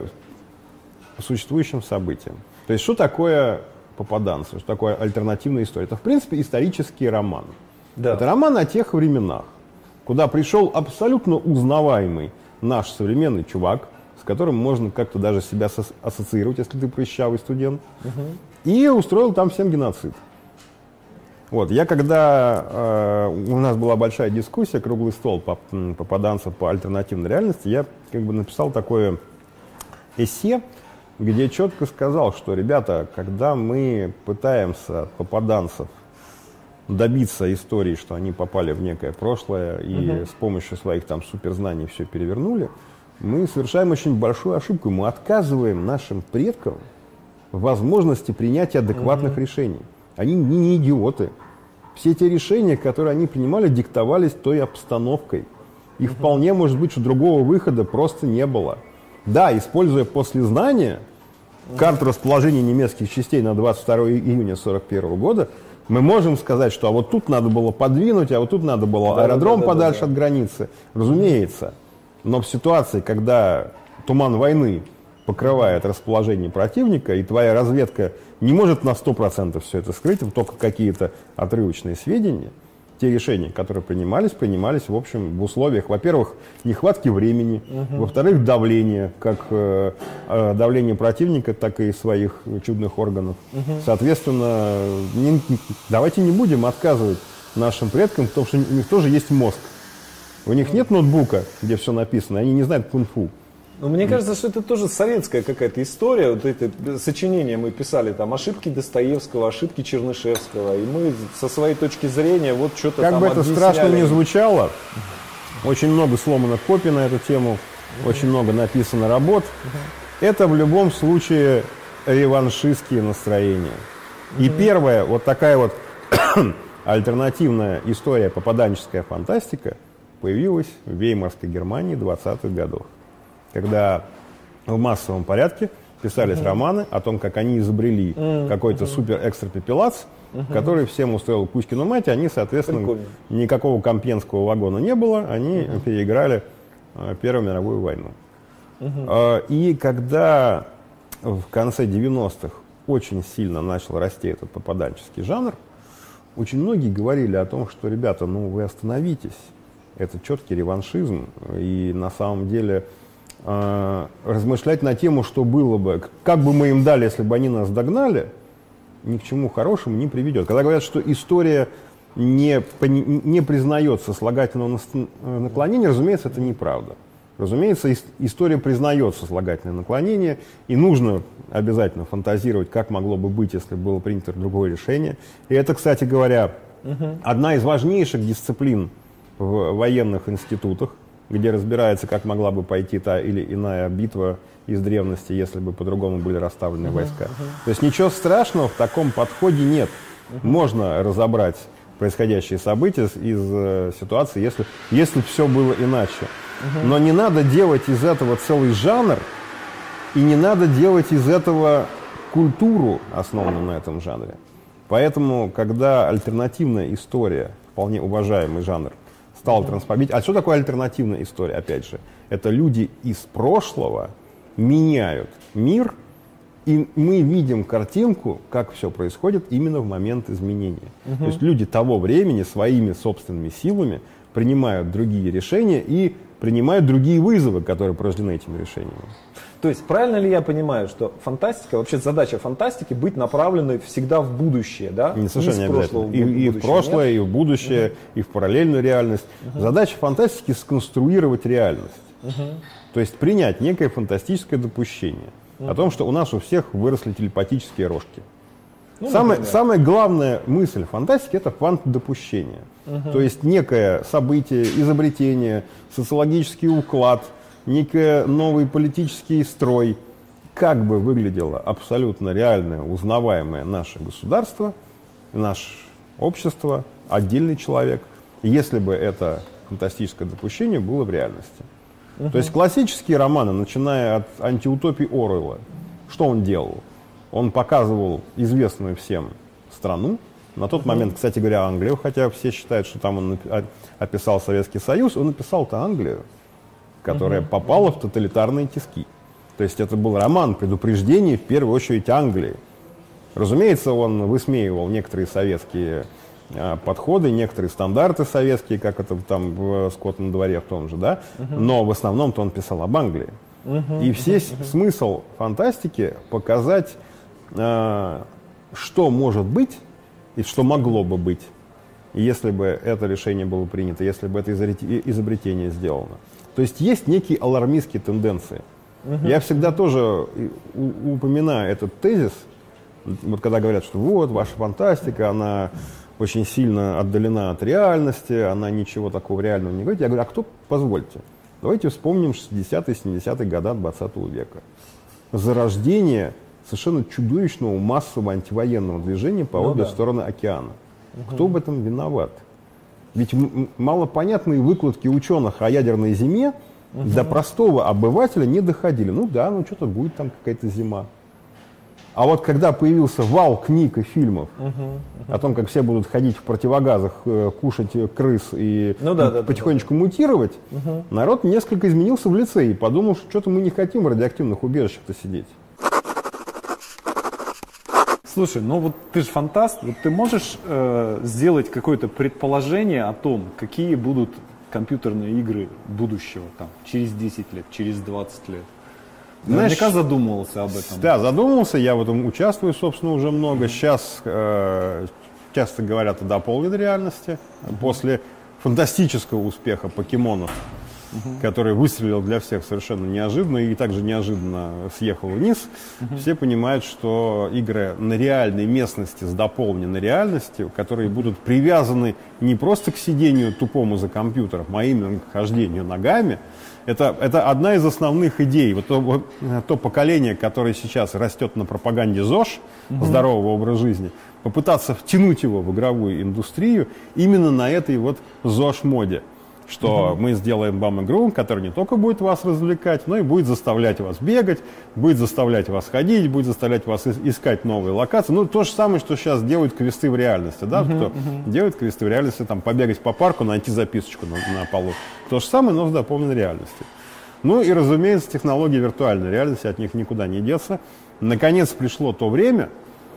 к существующим событиям. То есть что такое попаданцы, что такое альтернативная история? Это, в принципе, исторический роман. Да. Это роман о тех временах, куда пришел абсолютно узнаваемый наш современный чувак, с которым можно как-то даже себя ассоциировать, если ты прыщавый студент, uh-huh. и устроил там всем геноцид. Вот, я когда, э, у нас была большая дискуссия, круглый стол по, попаданцев по альтернативной реальности, я как бы написал такое эссе, где четко сказал, что, ребята, когда мы пытаемся от попаданцев добиться истории, что они попали в некое прошлое и uh-huh. с помощью своих там суперзнаний все перевернули, мы совершаем очень большую ошибку. Мы отказываем нашим предкам в возможности принятия адекватных uh-huh. решений. Они не, не идиоты. Все те решения, которые они принимали, диктовались той обстановкой. И uh-huh. вполне может быть, что другого выхода просто не было. Да, используя послезнание, uh-huh. карту расположения немецких частей на двадцать второе июня сорок первого года, мы можем сказать, что а вот тут надо было подвинуть, а вот тут надо было да, аэродром да, да, подальше да, да. от границы. Разумеется. Но в ситуации, когда туман войны покрывает расположение противника, и твоя разведка не может на сто процентов все это скрыть, только какие-то отрывочные сведения, те решения, которые принимались, принимались, в общем, в условиях, во-первых, нехватки времени, uh-huh. во-вторых, давления, как э, э, давление противника, так и своих чудных органов. Uh-huh. Соответственно, не, давайте не будем отказывать нашим предкам, потому что у них тоже есть мозг. У них нет ноутбука, где все написано, они не знают кунг-фу. Ну, мне кажется, что это тоже советская какая-то история. Вот это сочинение мы писали, там, ошибки Достоевского, ошибки Чернышевского. И мы со своей точки зрения вот что-то как там бы это объясняли. страшно не звучало, очень много сломано копий на эту тему, uh-huh. очень много написано работ. Uh-huh. Это в любом случае реваншистские настроения. Uh-huh. И первая вот такая вот альтернативная история, попаданческая фантастика, появилась в Веймарской Германии двадцатых годов, когда в массовом порядке писались uh-huh. романы о том, как они изобрели uh-huh. какой-то uh-huh. супер-экстра-пепелац, uh-huh. который всем устроил Кузькину мать, они, соответственно, Прикольно. никакого компьенского вагона не было, они uh-huh. переиграли uh, Первую мировую войну. Uh-huh. Uh, и когда в конце девяностых очень сильно начал расти этот попаданческий жанр, очень многие говорили о том, что, ребята, ну вы остановитесь, это четкий реваншизм, и на самом деле э, размышлять на тему, что было бы, как бы мы им дали, если бы они нас догнали, ни к чему хорошему не приведет. Когда говорят, что история не, не признается слагательного наклонения, разумеется, это неправда. Разумеется, история признается слагательное наклонение, и нужно обязательно фантазировать, как могло бы быть, если было принято другое решение. И это, кстати говоря, угу. одна из важнейших дисциплин в военных институтах, где разбирается, как могла бы пойти та или иная битва из древности, если бы по-другому были расставлены uh-huh, войска. Uh-huh. То есть ничего страшного в таком подходе нет. Uh-huh. Можно разобрать происходящие события из, из э, ситуации, если, если все было иначе. Uh-huh. Но не надо делать из этого целый жанр, и не надо делать из этого культуру, основанную на этом жанре. Поэтому, когда альтернативная история, вполне уважаемый жанр, стал трансформировать. А что такое альтернативная история? Опять же, это люди из прошлого меняют мир, и мы видим картинку, как все происходит именно в момент изменения. Угу. То есть люди того времени своими собственными силами принимают другие решения и принимают другие вызовы, которые порождены этими решениями. То есть правильно ли я понимаю, что фантастика, вообще задача фантастики быть направленной всегда в будущее, да? Не совершенно не обязательно. И, и в прошлое, нет? и в будущее, uh-huh. и в параллельную реальность. Uh-huh. Задача фантастики сконструировать реальность. Uh-huh. То есть принять некое фантастическое допущение uh-huh. о том, что у нас у всех выросли телепатические рожки. Ну, самая, самая главная мысль фантастики — это фантдопущение. Uh-huh. То есть некое событие, изобретение, социологический уклад, некий новый политический строй, как бы выглядело абсолютно реальное, узнаваемое наше государство, наше общество, отдельный человек, если бы это фантастическое допущение было в реальности. Uh-huh. То есть классические романы, начиная от антиутопии Оруэлла, что он делал? Он показывал известную всем страну. На тот uh-huh. момент, кстати говоря, Англию, хотя все считают, что там он описал Советский Союз, он описал-то Англию, которая uh-huh. попала в тоталитарные тиски. То есть это был роман предупреждения, в первую очередь, Англии. Разумеется, он высмеивал некоторые советские а, подходы, некоторые стандарты советские, как это там в «Скотном дворе» в том же, да, uh-huh. но в основном-то он писал об Англии. Uh-huh. И все uh-huh. смысл фантастики показать, а, что может быть и что могло бы быть, если бы это решение было принято, если бы это изобретение сделано. То есть есть некие алармистские тенденции. Uh-huh. Я всегда тоже упоминаю этот тезис, вот когда говорят, что вот, ваша фантастика, она очень сильно отдалена от реальности, она ничего такого реального не говорит. Я говорю, а кто, позвольте, давайте вспомним шестидесятые, семидесятые годы двадцатого века. Зарождение совершенно чудовищного массового антивоенного движения по ну, обе да. стороны океана. Uh-huh. Кто в этом виноват? Ведь малопонятные выкладки ученых о ядерной зиме uh-huh. до простого обывателя не доходили. Ну да, ну что-то будет там какая-то зима. А вот когда появился вал книг и фильмов uh-huh. Uh-huh. о том, как все будут ходить в противогазах, кушать крыс и ну, да, да, потихонечку да, да. мутировать, uh-huh. народ несколько изменился в лице и подумал, что что-то мы не хотим в радиоактивных убежищах-то сидеть. Слушай, ну вот ты же фантаст, вот ты можешь э, сделать какое-то предположение о том, какие будут компьютерные игры будущего, там, через десять лет, через двадцать лет? Наверняка задумывался об этом. Да, задумывался, я в этом участвую, собственно, уже много. Сейчас э, часто говорят о дополненной реальности. После фантастического успеха покемонов uh-huh. который выстрелил для всех совершенно неожиданно и также неожиданно съехал вниз, uh-huh. все понимают, что игры на реальной местности с дополненной реальностью, которые будут привязаны не просто к сидению тупому за компьютером, а именно к хождению ногами, это, это одна из основных идей. Вот то, вот, то поколение, которое сейчас растет на пропаганде ЗОЖ, uh-huh. здорового образа жизни, попытаться втянуть его в игровую индустрию именно на этой вот ЗОЖ-моде. Что uh-huh. мы сделаем вам игру, которая не только будет вас развлекать, но и будет заставлять вас бегать, будет заставлять вас ходить, будет заставлять вас искать новые локации. Ну, то же самое, что сейчас делают квесты в реальности. Да? Uh-huh. Кто uh-huh. делает квесты в реальности, там, побегать по парку, найти записочку на, на полу. То же самое, но в дополненной реальности. Ну и, разумеется, технологии виртуальной реальности, от них никуда не деться. Наконец пришло то время,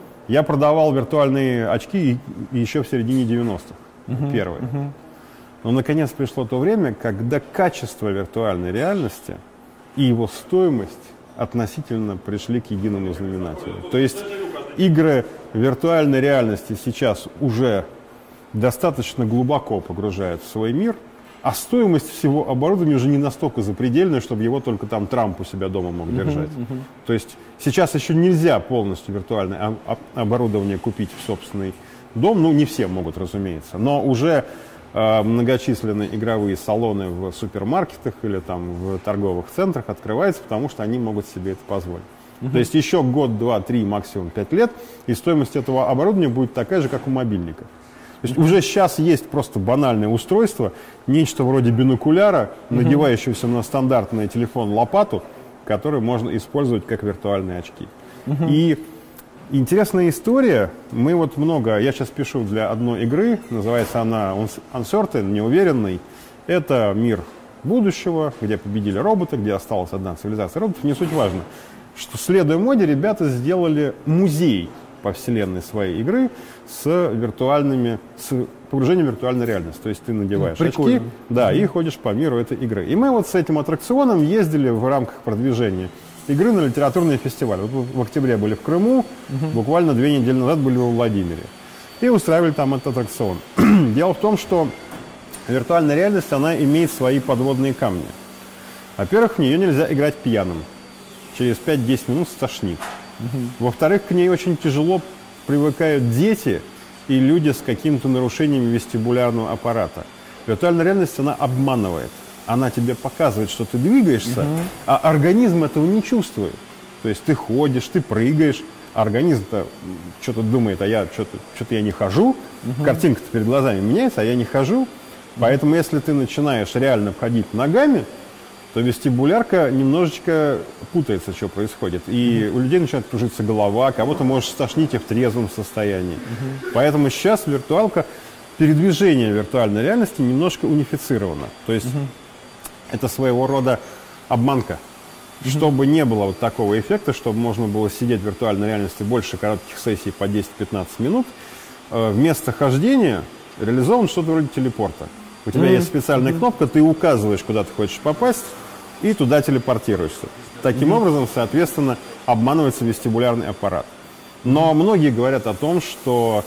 я продавал виртуальные очки еще в середине девяностых, uh-huh. первые. Uh-huh. Но, наконец, пришло то время, когда качество виртуальной реальности и его стоимость относительно пришли к единому знаменателю. То есть игры виртуальной реальности сейчас уже достаточно глубоко погружают в свой мир, а стоимость всего оборудования уже не настолько запредельная, чтобы его только там Трамп у себя дома мог держать. Uh-huh, uh-huh. То есть сейчас еще нельзя полностью виртуальное оборудование купить в собственный дом. Ну, не все могут, разумеется, но уже многочисленные игровые салоны в супермаркетах или там в торговых центрах открываются, потому что они могут себе это позволить. Uh-huh. То есть еще год, два, три, максимум пять лет, и стоимость этого оборудования будет такая же, как у мобильников. То есть uh-huh. уже сейчас есть просто банальное устройство, нечто вроде бинокуляра, uh-huh. надевающегося на стандартный телефон лопату, который можно использовать как виртуальные очки. Uh-huh. И интересная история. Мы вот много, я сейчас пишу для одной игры, называется она Uncertain, неуверенный. Это мир будущего, где победили роботы, где осталась одна цивилизация роботов. Не суть важно, что, следуя моде, ребята сделали музей по вселенной своей игры с виртуальными, с погружением в виртуальную реальность. То есть ты надеваешь Прикольно. очки, да, и ходишь по миру этой игры. И мы вот с этим аттракционом ездили в рамках продвижения игры на литературные фестивали. Вот в октябре были в Крыму, uh-huh. буквально две недели назад были во Владимире. И устраивали там этот аттракцион. Дело в том, что виртуальная реальность, она имеет свои подводные камни. Во-первых, в нее нельзя играть пьяным. Через пять-десять минут стошнит. Uh-huh. Во-вторых, к ней очень тяжело привыкают дети и люди с какими-то нарушениями вестибулярного аппарата. Виртуальная реальность, она обманывает. Она тебе показывает, что ты двигаешься, uh-huh. а организм этого не чувствует. То есть ты ходишь, ты прыгаешь, а организм-то что-то думает, а я что-то, что-то я не хожу, uh-huh. картинка-то перед глазами меняется, а я не хожу. Uh-huh. Поэтому если ты начинаешь реально ходить ногами, то вестибулярка немножечко путается, что происходит. И uh-huh. у людей начинает кружиться голова, кого-то может стошнить и в трезвом состоянии. Uh-huh. Поэтому сейчас виртуалка, передвижение виртуальной реальности немножко унифицировано. То есть uh-huh. это своего рода обманка. Mm-hmm. Чтобы не было вот такого эффекта, чтобы можно было сидеть в виртуальной реальности больше коротких сессий по десять-пятнадцать минут, э, вместо хождения реализован что-то вроде телепорта. У тебя mm-hmm. есть специальная mm-hmm. кнопка, ты указываешь, куда ты хочешь попасть, и туда телепортируешься. Таким mm-hmm. образом, соответственно, обманывается вестибулярный аппарат. Но многие говорят о том, что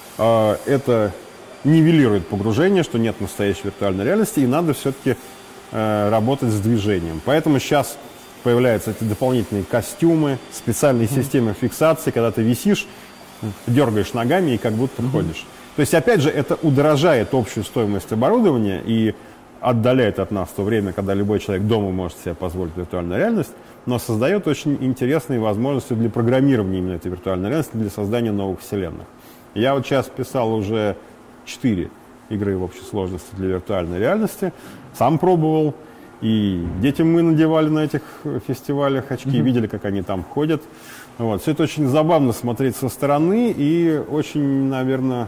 э, это нивелирует погружение, что нет настоящей виртуальной реальности, и надо все-таки работать с движением. Поэтому сейчас появляются эти дополнительные костюмы, специальные mm-hmm. системы фиксации, когда ты висишь, дергаешь ногами и как будто mm-hmm. ходишь. То есть, опять же, это удорожает общую стоимость оборудования и отдаляет от нас то время, когда любой человек дома может себе позволить виртуальную реальность, но создает очень интересные возможности для программирования именно этой виртуальной реальности, для создания новых вселенных. Я вот сейчас писал уже четыре игры в общей сложности для виртуальной реальности. Сам пробовал, и детям мы надевали на этих фестивалях очки, mm-hmm. видели, как они там ходят. Вот. Все это очень забавно смотреть со стороны, и очень, наверное,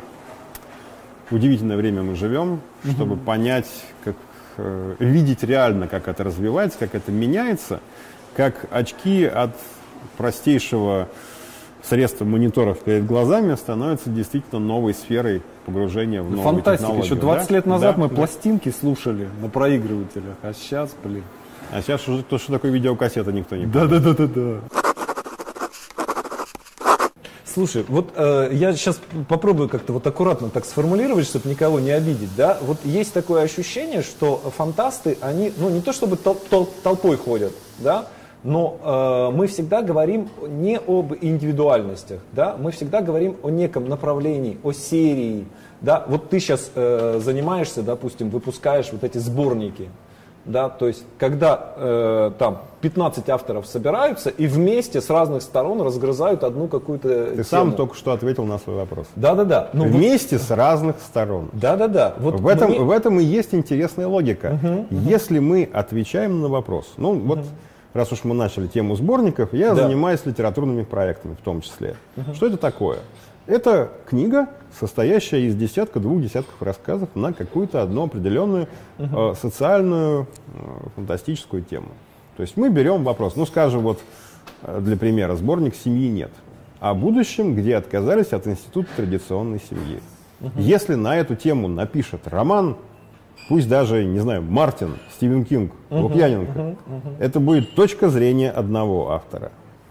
удивительное время мы живем, mm-hmm. чтобы понять, как э, видеть реально, как это развивается, как это меняется, как очки от простейшего средства мониторов перед глазами становятся действительно новой сферой погружения в новую Фантастика. технологию. Еще двадцать да? лет назад да, мы да. пластинки слушали на проигрывателях, а сейчас, блин. А сейчас уже то, что такое видеокассета, никто не помнит. Да-да-да-да-да. Слушай, вот э, я сейчас попробую как-то вот аккуратно так сформулировать, чтобы никого не обидеть, да. Вот есть такое ощущение, что фантасты, они, ну не то чтобы тол- тол- толпой ходят, да, но э, мы всегда говорим не об индивидуальностях, да, мы всегда говорим о неком направлении, о серии, да. Вот ты сейчас э, занимаешься, допустим, выпускаешь вот эти сборники. Да, то есть, когда э, там пятнадцать авторов собираются и вместе с разных сторон разгрызают одну какую-то Ты тему. сам только что ответил на свой вопрос. Да-да-да. Ну, вместе вот... с разных сторон. Да-да-да. Вот в, этом, мне... в этом и есть интересная логика. Uh-huh, uh-huh. Если мы отвечаем на вопрос, ну вот, uh-huh. раз уж мы начали тему сборников, я да. занимаюсь литературными проектами в том числе. Uh-huh. Что это такое? Это книга, состоящая из десятка-двух десятков рассказов на какую-то одну определенную uh-huh. э, социальную, э, фантастическую тему. То есть мы берем вопрос, ну скажем, вот э, для примера, сборник «Семьи нет», о будущем, где отказались от института традиционной семьи. Uh-huh. Если на эту тему напишет роман, пусть даже, не знаю, Мартин, Стивен Кинг, uh-huh. Лукьяненко, uh-huh. Uh-huh. это будет точка зрения одного автора.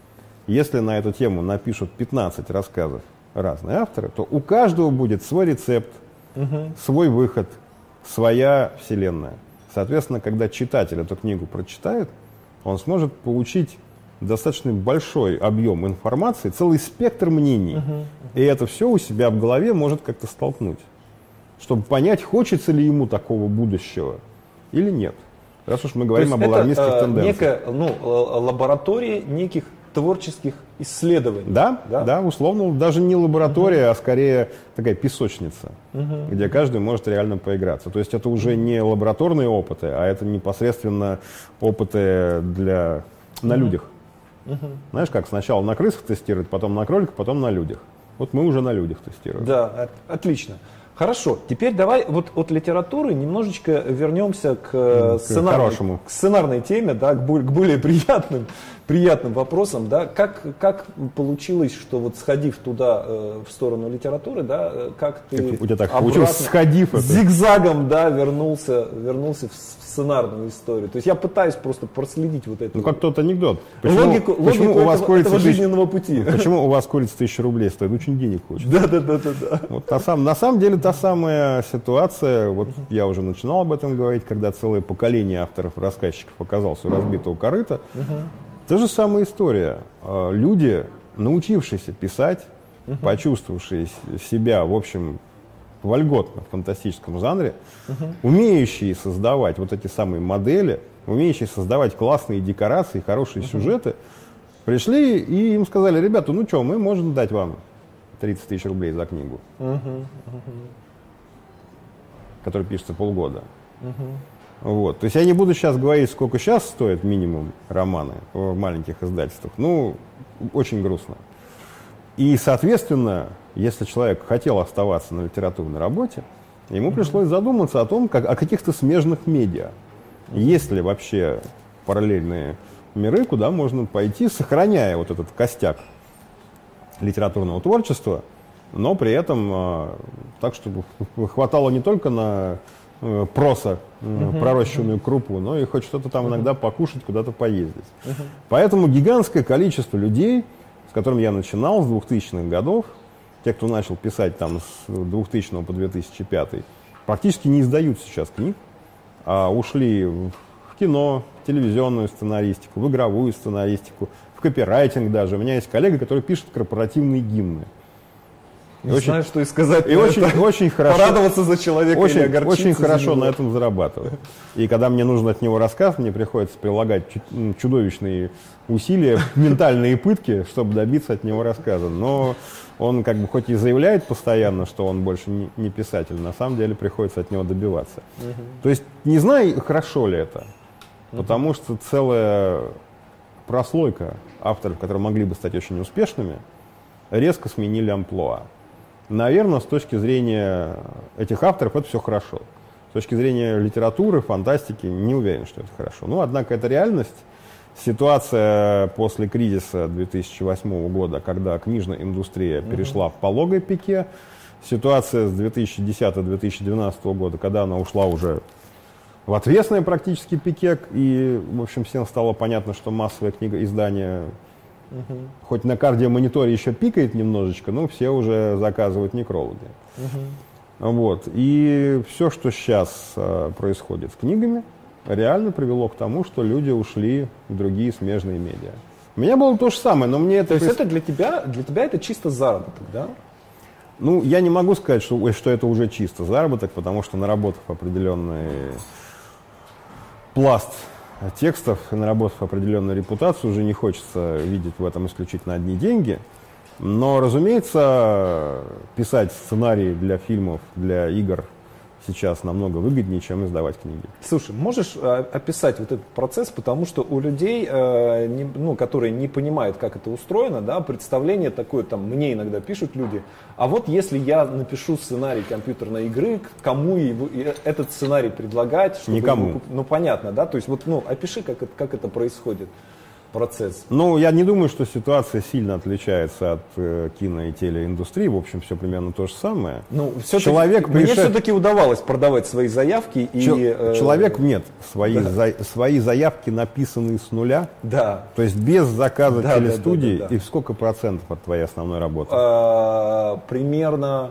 Если на эту тему напишут пятнадцать рассказов разные авторы, то у каждого будет свой рецепт, угу. свой выход, своя вселенная. Соответственно, когда читатель эту книгу прочитает, он сможет получить достаточно большой объем информации, целый спектр мнений. Угу. И это все у себя в голове может как-то столкнуть, чтобы понять, хочется ли ему такого будущего или нет. Раз уж мы говорим об алармистских это, тенденциях. Некая ну, лаборатория неких творческих исследований. Да, да, да, условно, даже не лаборатория, uh-huh. а скорее такая песочница, uh-huh. где каждый может реально поиграться. То есть это уже не лабораторные опыты, а это непосредственно опыты для, на uh-huh. людях. Uh-huh. Знаешь, как сначала на крысах тестировать, потом на кроликах, потом на людях. Вот мы уже на людях тестируем. Да, от, отлично. Хорошо, теперь давай вот от литературы немножечко вернемся к, к, сценарной, к сценарной теме, да, к, более, к более приятным, приятным вопросам. Да. Как, как получилось, что вот сходив туда, э, в сторону литературы, да, как ты как у тебя так получилось, сходив зигзагом да, вернулся, вернулся в сценарную историю. То есть я пытаюсь просто проследить вот это. Ну как тот анекдот. Почему, логику, почему логику у вас этого, этого тысяч... жизненного пути. Почему у вас курица тысяча рублей стоит? Очень денег хочет. Да, да, да, да, да. Вот на, сам, на самом деле та самая ситуация, вот uh-huh. я уже начинал об этом говорить, когда целое поколение авторов-рассказчиков оказалось у разбитого корыта. Uh-huh. Та же самая история. Люди, научившиеся писать, uh-huh. почувствовавшие себя, в общем, вольготно в фантастическом жанре, uh-huh. умеющие создавать вот эти самые модели, умеющие создавать классные декорации, хорошие uh-huh. сюжеты, пришли и им сказали: ребята, ну что, мы можем дать вам тридцать тысяч рублей за книгу, uh-huh. Uh-huh. которая пишется полгода. Uh-huh. Вот. То есть я не буду сейчас говорить, сколько сейчас стоит минимум романы в маленьких издательствах. Ну, очень грустно. И, соответственно, если человек хотел оставаться на литературной работе, ему uh-huh. пришлось задуматься о том, как, о каких-то смежных медиа. Uh-huh. Есть ли вообще параллельные миры, куда можно пойти, сохраняя вот этот костяк литературного творчества, но при этом э, так, чтобы хватало не только на э, проса, э, uh-huh. пророщенную крупу, но и хоть что-то там uh-huh. иногда покушать, куда-то поездить. Uh-huh. Поэтому гигантское количество людей, с которым я начинал с двухтысячных годов, те, кто начал писать там с двухтысячного по две тысячи пятый, практически не издают сейчас книг, а ушли в кино, в телевизионную сценаристику, в игровую сценаристику, в копирайтинг даже. У меня есть коллега, который пишет корпоративные гимны. Не и знаю, очень, что и сказать. И очень, очень хорошо, порадоваться за человека очень, или огорчиться. Очень хорошо на этом зарабатывает. И когда мне нужен от него рассказ, мне приходится прилагать чудовищные усилия, ментальные пытки, чтобы добиться от него рассказа. Но он как бы хоть и заявляет постоянно, что он больше не, не писатель, на самом деле приходится от него добиваться. Uh-huh. То есть не знаю, хорошо ли это, uh-huh. потому что целая прослойка авторов, которые могли бы стать очень успешными, резко сменили амплуа. Наверное, с точки зрения этих авторов это все хорошо. С точки зрения литературы, фантастики, не уверен, что это хорошо. Но, однако, это реальность. Ситуация после кризиса две тысячи восьмого года, когда книжная индустрия uh-huh. перешла в пологое пике. Ситуация с две тысячи десятого — две тысячи двенадцатого года, когда она ушла уже в отвесное практически пике. И, в общем, всем стало понятно, что массовое книгоиздание Угу. Хоть на кардиомониторе еще пикает немножечко, но все уже заказывают некрологи. Угу. Вот. И все, что сейчас э, происходит с книгами, реально привело к тому, что люди ушли в другие смежные медиа. У меня было то же самое, но мне это... То есть это для тебя, для тебя это чисто заработок, да? Ну, я не могу сказать, что, что это уже чисто заработок, потому что наработав определенный пласт текстов, наработав определенную репутацию, уже не хочется видеть в этом исключительно одни деньги. Но, разумеется, писать сценарии для фильмов, для игр сейчас намного выгоднее, чем издавать книги. Слушай, можешь э, описать вот этот процесс, потому что у людей, э, не, ну, которые не понимают, как это устроено, да, представление такое, там, мне иногда пишут люди, а вот если я напишу сценарий компьютерной игры, кому его, этот сценарий предлагать? Чтобы Никому. Его, ну, понятно, да, то есть вот, ну, опиши, как это, как это происходит. Процесс. Ну, я не думаю, что ситуация сильно отличается от э, кино- и телеиндустрии. В общем, все примерно то же самое. Ну, человек мне пришед... все-таки удавалось продавать свои заявки. Чел... И, э... Человек, нет, свои, да. за... свои заявки написанные с нуля. Да. То есть без заказа да, телестудии. Да, да, да, да. И сколько процентов от твоей основной работы? А, примерно,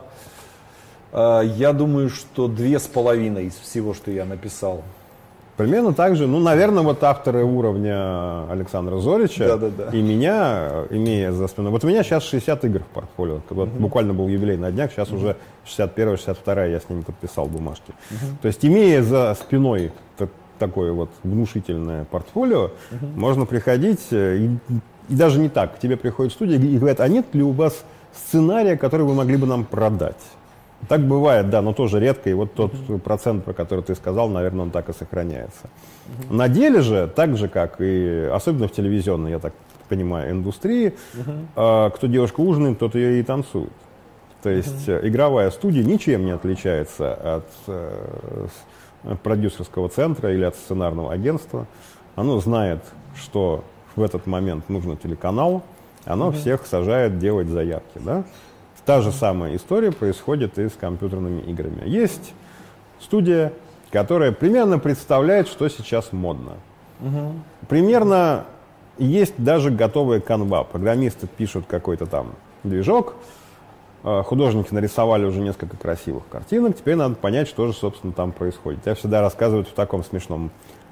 а, я думаю, что две с половиной из всего, что я написал. Примерно так же, ну, наверное, вот авторы уровня Александра Зорича да, да, да. и меня, имея за спиной... Вот у меня сейчас шестьдесят игр в портфолио. Вот uh-huh. Буквально был юбилей на днях, сейчас uh-huh. уже шестьдесят первая, шестьдесят вторая я с ними подписал бумажки. Uh-huh. То есть, имея за спиной т- такое вот внушительное портфолио, uh-huh. можно приходить, и, и даже не так, к тебе приходит студия и говорят, а нет ли у вас сценария, который вы могли бы нам продать? Так бывает, да, но тоже редко, и вот тот uh-huh. процент, про который ты сказал, наверное, он так и сохраняется. Uh-huh. На деле же, так же, как и, особенно в телевизионной, я так понимаю, индустрии, uh-huh. э, кто девушка ужинает, тот ее и танцует. То есть uh-huh. игровая студия ничем не отличается от э, продюсерского центра или от сценарного агентства. Оно знает, что в этот момент нужно телеканалу, оно uh-huh. всех сажает делать заявки, да? Та же самая история происходит и с компьютерными играми. Есть студия, которая примерно представляет, что сейчас модно. Угу. Примерно есть даже готовая канва. Программисты пишут какой-то там движок, художники нарисовали уже несколько красивых картинок, теперь надо понять, что же, собственно, там происходит. Я всегда рассказываю в таком смешном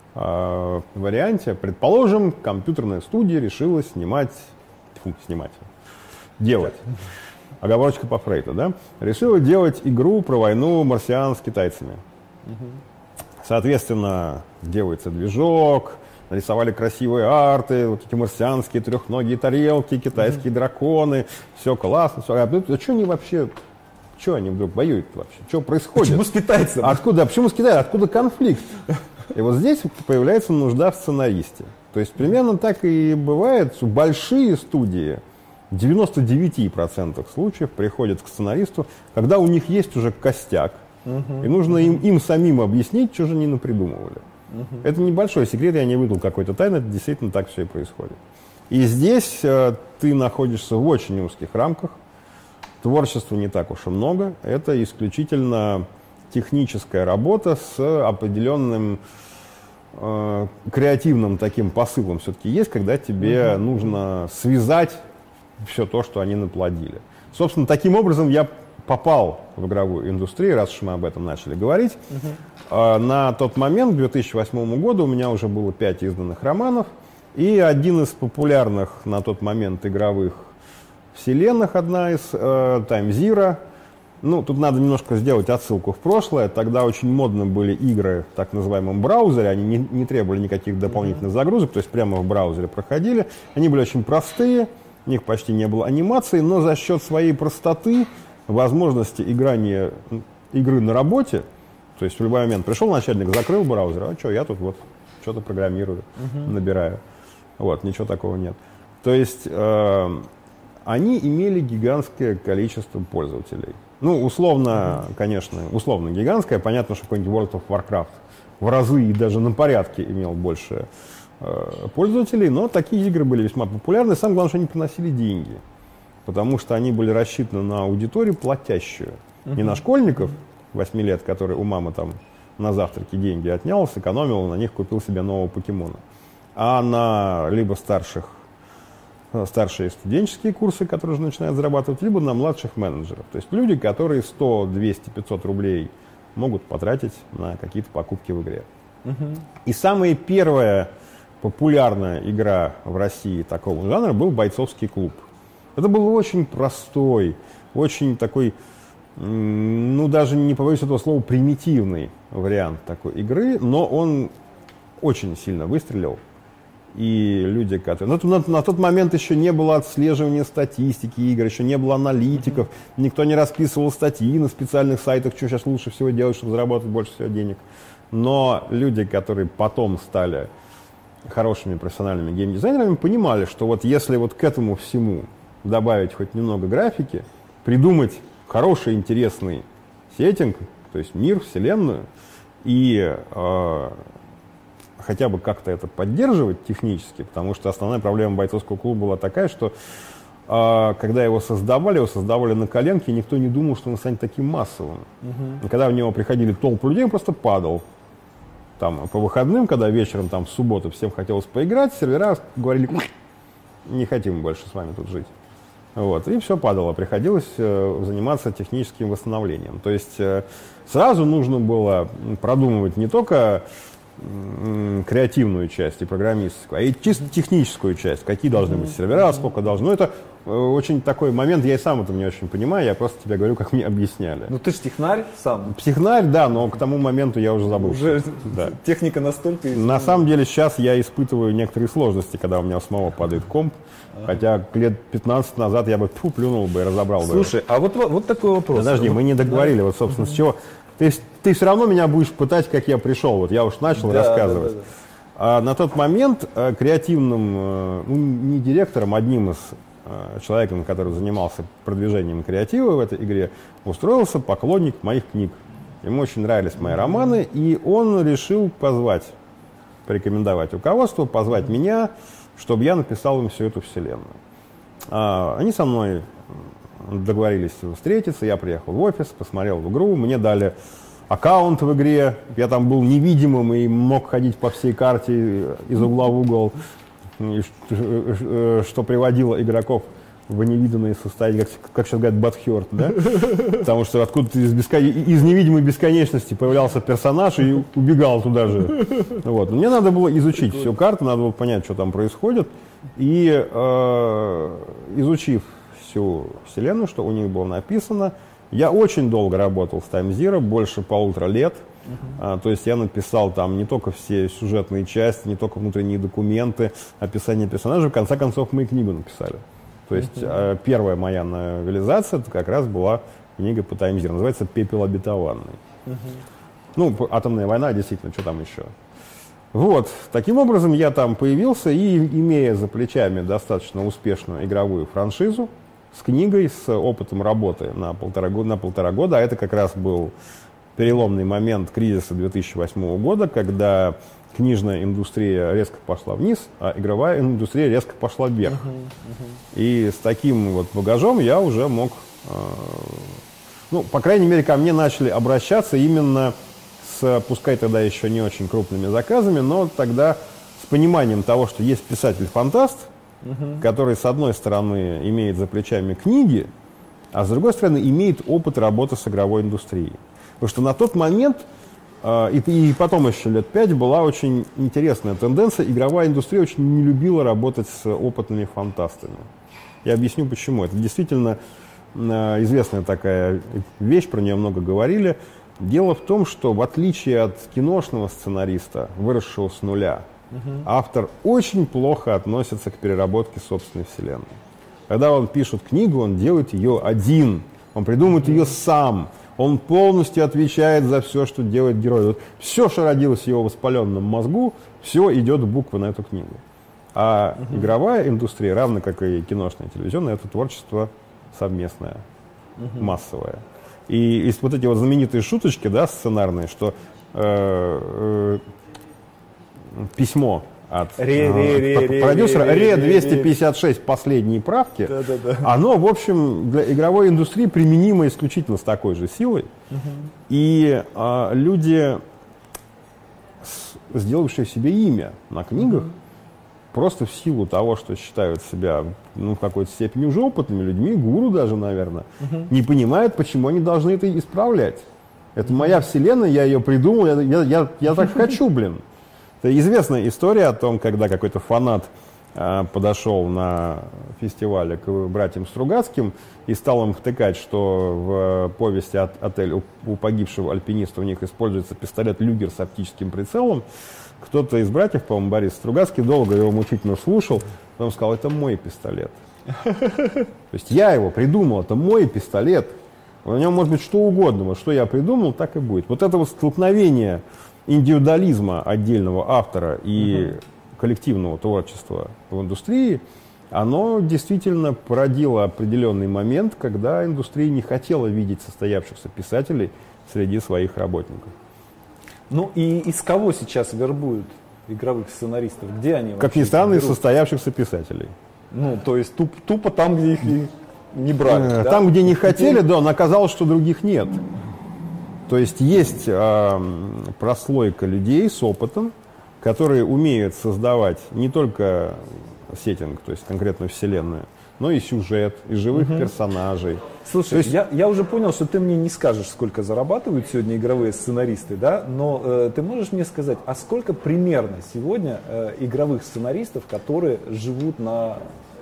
э, варианте. Предположим, компьютерная студия решила снимать, фу, снимать, делать. Оговорочка по Фрейду, да? Решила делать игру про войну марсиан с китайцами. Угу. Соответственно, делается движок, нарисовали красивые арты, вот эти марсианские трехногие тарелки, китайские угу. драконы, все классно. Все. А, а что они вообще, что они вдруг воюют вообще? Что происходит? Почему с китайцами? Откуда, почему с китайцами? Откуда конфликт? И вот здесь появляется нужда в сценаристе. То есть примерно так и бывает, что большие студии в девяноста девяти процентах случаев приходят к сценаристу, когда у них есть уже костяк, uh-huh. и нужно им, им самим объяснить, что же они напридумывали. Uh-huh. Это небольшой секрет, я не выдал какой-то тайны, это действительно так все и происходит. И здесь э, ты находишься в очень узких рамках, творчества не так уж и много, это исключительно техническая работа с определенным э, креативным таким посылом все-таки есть, когда тебе uh-huh. нужно связать все то, что они наплодили. Собственно, таким образом я попал в игровую индустрию, раз уж мы об этом начали говорить. Uh-huh. На тот момент, к две тысячи восьмому году, у меня уже было пять изданных романов, и один из популярных на тот момент игровых вселенных, одна из, э, Time Zero. Ну, тут надо немножко сделать отсылку в прошлое. Тогда очень модны были игры в так называемом браузере, они не, не требовали никаких дополнительных загрузок, то есть прямо в браузере проходили. Они были очень простые, у них почти не было анимации, но за счет своей простоты, возможности играния игры на работе, то есть в любой момент пришел начальник, закрыл браузер, а что, я тут вот что-то программирую, uh-huh. набираю. Вот, ничего такого нет. То есть э, они имели гигантское количество пользователей. Ну, условно, uh-huh. конечно, условно гигантское. Понятно, что какой-нибудь World of Warcraft в разы и даже на порядке имел больше пользователей, но такие игры были весьма популярны. Самое главное, что они приносили деньги, потому что они были рассчитаны на аудиторию платящую. Uh-huh. Не на школьников восьми лет, которые у мамы там на завтраке деньги отнял, сэкономил, на них купил себе нового покемона, а на либо старших старшие студенческие курсы, которые уже начинают зарабатывать, либо на младших менеджеров. То есть люди, которые сто, двести, пятьсот рублей могут потратить на какие-то покупки в игре. Uh-huh. И самая первая популярная игра в России такого жанра был «Бойцовский клуб». Это был очень простой, очень такой, ну даже не побоюсь этого слова, примитивный вариант такой игры, но он очень сильно выстрелил. И люди, которые... Ну, на, на тот момент еще не было отслеживания статистики игр, еще не было аналитиков, mm-hmm. никто не расписывал статьи на специальных сайтах, что сейчас лучше всего делать, чтобы заработать больше всего денег. Но люди, которые потом стали хорошими профессиональными геймдизайнерами, понимали, что вот если вот к этому всему добавить хоть немного графики, придумать хороший, интересный сеттинг, то есть мир, вселенную, и... Э, хотя бы как-то это поддерживать технически, потому что основная проблема бойцовского клуба была такая, что э, когда его создавали, его создавали на коленке, и никто не думал, что он станет таким массовым. Uh-huh. И когда в него приходили толпы людей, он просто падал. Там, по выходным, когда вечером, там, в субботу всем хотелось поиграть, сервера говорили, не хотим больше с вами тут жить. Вот, и все падало, приходилось э, заниматься техническим восстановлением. То есть э, сразу нужно было продумывать не только креативную часть и программистскую, а и чисто техническую часть. Какие должны быть сервера, сколько должно. Ну, это очень такой момент, я и сам это не очень понимаю, я просто тебе говорю, как мне объясняли. Ну ты же технарь сам. Технарь, да, но к тому моменту я уже забыл. Уже да. Техника настолько... На самом деле сейчас я испытываю некоторые сложности, когда у меня у самого падает комп, а. хотя лет пятнадцать назад я бы фу, плюнул бы и разобрал Слушай, бы. Слушай, а вот, вот такой вопрос. Подожди, вот, мы не договорили, да. вот собственно с чего... Ты, ты все равно меня будешь пытать, как я пришел. Вот я уж начал да, рассказывать. Да, да, да. А на тот момент а, креативным, а, ну, не директором, одним из а, человеком, который занимался продвижением креатива в этой игре, устроился поклонник моих книг. Ему очень нравились мои романы, и он решил позвать, порекомендовать руководству, позвать меня, чтобы я написал им всю эту вселенную. А, они со мной... договорились встретиться, я приехал в офис, посмотрел в игру, мне дали аккаунт в игре, я там был невидимым и мог ходить по всей карте из угла в угол, что приводило игроков в невиданные состояния, как, как сейчас говорят, бадхёрт, да? Потому что откуда-то из, бескон... из невидимой бесконечности появлялся персонаж и убегал туда же. Вот. Мне надо было изучить всю карту, надо было понять, что там происходит, и э, изучив всю вселенную, что у них было написано. Я очень долго работал с Time Zero, больше полутора лет. Uh-huh. а, то есть я написал там не только все сюжетные части, не только внутренние документы, описание персонажей. В конце концов, мы и книгу написали. То есть uh-huh. а, первая моя новелизация, это как раз была книга по Time Zero. Называется «Пепел обетованный». Uh-huh. Ну, атомная война, действительно, что там еще. Вот, таким образом я там появился и, имея за плечами достаточно успешную игровую франшизу, с книгой, с опытом работы на полтора года, на полтора года, а это как раз был переломный момент кризиса две тысячи восьмого года, когда книжная индустрия резко пошла вниз, а игровая индустрия резко пошла вверх. Uh-huh, uh-huh. И с таким вот багажом я уже мог, э, ну, по крайней мере, ко мне начали обращаться именно с, пускай тогда еще не очень крупными заказами, но тогда с пониманием того, что есть писатель-фантаст, Uh-huh. который, с одной стороны, имеет за плечами книги, а с другой стороны, имеет опыт работы с игровой индустрией. Потому что на тот момент, э, и, и потом еще лет пять, была очень интересная тенденция. Игровая индустрия очень не любила работать с опытными фантастами. Я объясню, почему. Это действительно э, известная такая вещь, про нее много говорили. Дело в том, что в отличие от киношного сценариста, выросшего с нуля, Uh-huh. автор очень плохо относится к переработке собственной вселенной. Когда он пишет книгу, он делает ее один, он придумывает uh-huh. ее сам, он полностью отвечает за все, что делает герой. Вот все, что родилось в его воспаленном мозгу, все идет в буквы на эту книгу. А uh-huh. игровая индустрия, равно как и киношная и телевизионная, это творчество совместное, uh-huh. массовое. И, и вот эти вот знаменитые шуточки, да, сценарные, что э, э, письмо от ре, ре, ре, ре, продюсера ре, ре, ре двести пятьдесят шесть последние правки, да, да, да. оно, в общем, для игровой индустрии применимо исключительно с такой же силой. Uh-huh. И а, люди, с, сделавшие себе имя на книгах, uh-huh. просто в силу того, что считают себя ну, в какой-то степени уже опытными людьми, гуру даже, наверное, uh-huh. не понимают, почему они должны это исправлять. Это uh-huh. моя вселенная, я ее придумал, я, я, я, я так хочу, блин. Это известная история о том, когда какой-то фанат а, подошел на фестивале к братьям Стругацким и стал им втыкать, что в повести «Отель» у, у погибшего альпиниста у них используется пистолет «Люгер» с оптическим прицелом. Кто-то из братьев, по-моему, Борис Стругацкий, долго его мучительно слушал, потом сказал, это мой пистолет. То есть я его придумал, это мой пистолет. У него может быть что угодно, вот что я придумал, так и будет. Вот это вот столкновение индивидуализма отдельного автора и угу. коллективного творчества в индустрии, оно действительно породило определенный момент, когда индустрия не хотела видеть состоявшихся писателей среди своих работников. Ну и из кого сейчас вербуют игровых сценаристов? Где они? Как ни странно, из состоявшихся писателей. Ну, то есть туп, тупо там, где их и не брали. Там, да? где не хотели, да, но оказалось, что других нет. То есть есть э, прослойка людей с опытом, которые умеют создавать не только сеттинг, то есть конкретную вселенную, но и сюжет, и живых угу. персонажей. Слушай, есть... я, я уже понял, что ты мне не скажешь, сколько зарабатывают сегодня игровые сценаристы, да? Но э, ты можешь мне сказать, а сколько примерно сегодня э, игровых сценаристов, которые живут на,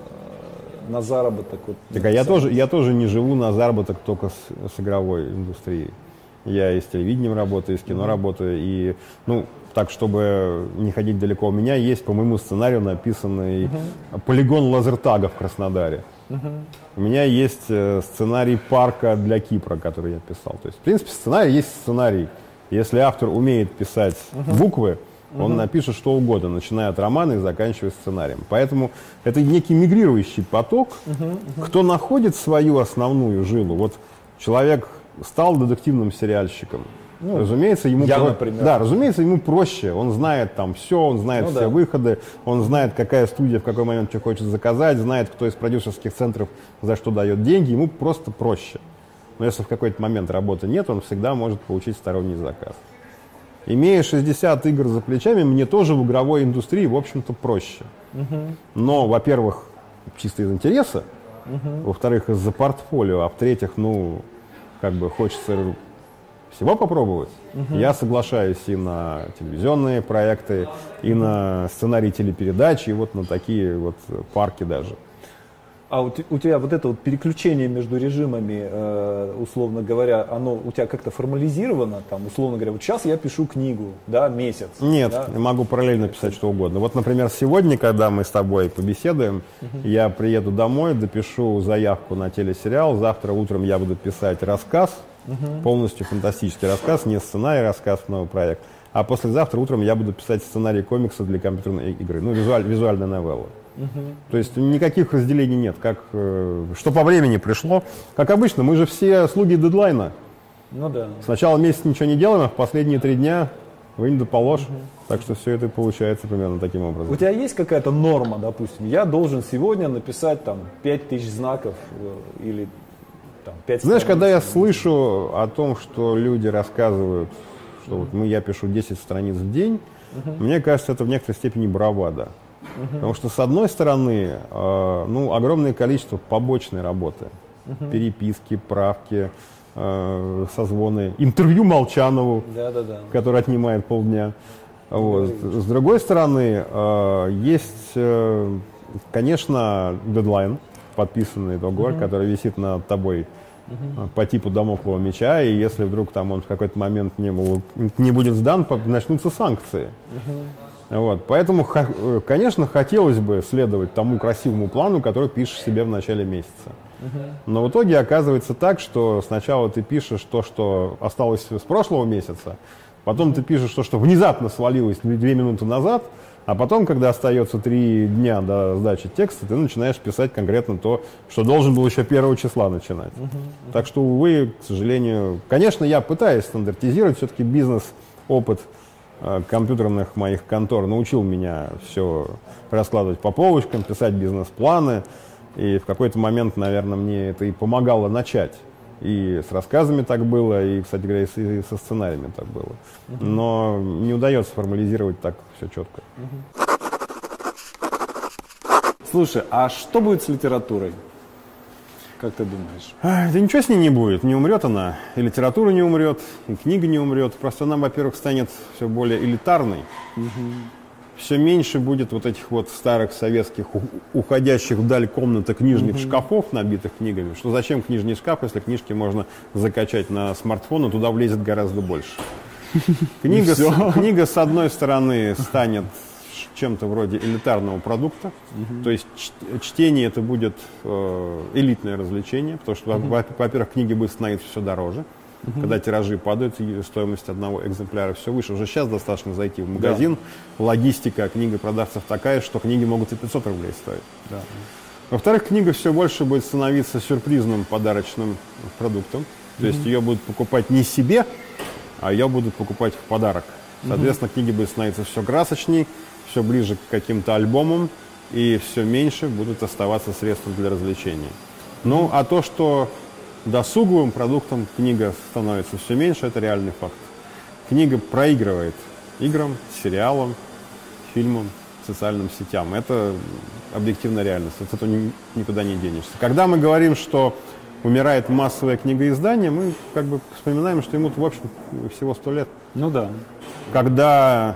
э, на заработок? Вот, так, а я тоже, я тоже не живу на заработок только с, с игровой индустрией. Я и с телевидением работаю, и с кино mm-hmm. работаю, и, ну, так, чтобы не ходить далеко, у меня есть по моему сценарию написанный uh-huh. полигон лазертага в Краснодаре. Uh-huh. У меня есть э, сценарий парка для Кипра, который я писал. То есть, в принципе, сценарий есть сценарий. Если автор умеет писать uh-huh. буквы, он uh-huh. напишет что угодно, начиная от романа и заканчивая сценарием. Поэтому это некий мигрирующий поток. Uh-huh. Uh-huh. Кто находит свою основную жилу, вот человек стал детективным сериальщиком, ну, разумеется, ему я, про... например. Да, разумеется, ему проще. Он знает там все, он знает ну, все да. выходы, он знает, какая студия в какой момент что хочет заказать, знает, кто из продюсерских центров за что дает деньги. Ему просто проще. Но если в какой-то момент работы нет, он всегда может получить сторонний заказ. Имея шестьдесят игр за плечами, мне тоже в игровой индустрии, в общем-то, проще. Угу. Но, во-первых, чисто из интереса, угу. во-вторых, из-за портфолио, а в-третьих, ну, как бы хочется всего попробовать. Uh-huh. Я соглашаюсь и на телевизионные проекты, и на сценарий телепередач, и вот на такие вот парки даже. А у, у тебя вот это вот переключение между режимами, э, условно говоря, оно у тебя как-то формализировано? Там, условно говоря, вот сейчас я пишу книгу, да, месяц. Нет, да? я могу параллельно писать что угодно. Вот, например, сегодня, когда мы с тобой побеседуем, uh-huh. я приеду домой, допишу заявку на телесериал, завтра утром я буду писать рассказ, uh-huh. полностью фантастический рассказ, не сценарий, рассказ, новый проект. А послезавтра утром я буду писать сценарий комикса для компьютерной игры, ну, визуаль, визуальная новелла. Uh-huh. То есть никаких разделений нет, как, э, что по времени пришло. Как обычно, мы же все слуги дедлайна. Ну да. Сначала месяц ничего не делаем, а в последние три дня вынь да положь. Uh-huh. Так что все это получается примерно таким образом. У тебя есть какая-то норма, допустим, я должен сегодня написать там пять тысяч знаков э, или там пять Знаешь, страниц, когда я слышу о том, что люди рассказывают, что uh-huh. вот мы, я пишу десять страниц в день, uh-huh. мне кажется, это в некоторой степени бравада. Uh-huh. Потому что, с одной стороны, э, ну, огромное количество побочной работы. Uh-huh. Переписки, правки, э, созвоны, интервью Молчанову, да-да-да. который отнимает полдня. Вот. С другой стороны, э, есть, э, конечно, дедлайн, подписанный договор, uh-huh. который висит над тобой uh-huh. по типу дамоклового меча, и если вдруг там он в какой-то момент не, был, не будет сдан, начнутся санкции. Uh-huh. Вот, поэтому, конечно, хотелось бы следовать тому красивому плану, который пишешь себе в начале месяца. Uh-huh. Но в итоге оказывается так, что сначала ты пишешь то, что осталось с прошлого месяца, потом uh-huh. ты пишешь то, что внезапно свалилось две минуты назад, а потом, когда остается три дня до сдачи текста, ты начинаешь писать конкретно то, что должен был еще первого числа начинать. Uh-huh. Uh-huh. Так что, увы, к сожалению, конечно, я пытаюсь стандартизировать, все-таки бизнес-опыт компьютерных моих контор научил меня все раскладывать по полочкам, писать бизнес-планы. И в какой-то момент, наверное, мне это и помогало начать. И с рассказами так было, и, кстати говоря, и со сценариями так было. Uh-huh. Но не удается формализировать так все четко. Uh-huh. Слушай, а что будет с литературой? Как ты думаешь? А, да ничего с ней не будет. Не умрет она. И литература не умрет, и книга не умрет. Просто она, во-первых, станет все более элитарной. Угу. Все меньше будет вот этих вот старых советских, уходящих вдаль комнаты книжных угу. шкафов, набитых книгами. Что зачем книжный шкаф, если книжки можно закачать на смартфон, и туда влезет гораздо больше. Книга, с, книга с одной стороны, станет чем-то вроде элитарного продукта. Угу. То есть чтение это будет э, элитное развлечение, потому что, угу. во-первых, книги будут становиться все дороже. Uh-huh. Когда тиражи падают, стоимость одного экземпляра все выше. Уже сейчас достаточно зайти в магазин. Да. Логистика книги продавцев такая, что книги могут и пятьсот рублей стоить. Да. Во-вторых, книга все больше будет становиться сюрпризным подарочным продуктом. То uh-huh. есть ее будут покупать не себе, а ее будут покупать в подарок. Соответственно, uh-huh. книги будут становиться все красочней, все ближе к каким-то альбомам, и все меньше будут оставаться средством для развлечения. Ну, а то, что досуговым продуктом книга становится все меньше, это реальный факт. Книга проигрывает играм, сериалам, фильмам, социальным сетям. Это объективная реальность. От этого никуда не денешься. Когда мы говорим, что умирает массовое книгоиздание, мы как бы вспоминаем, что ему, в общем, всего сто лет. Ну да. Когда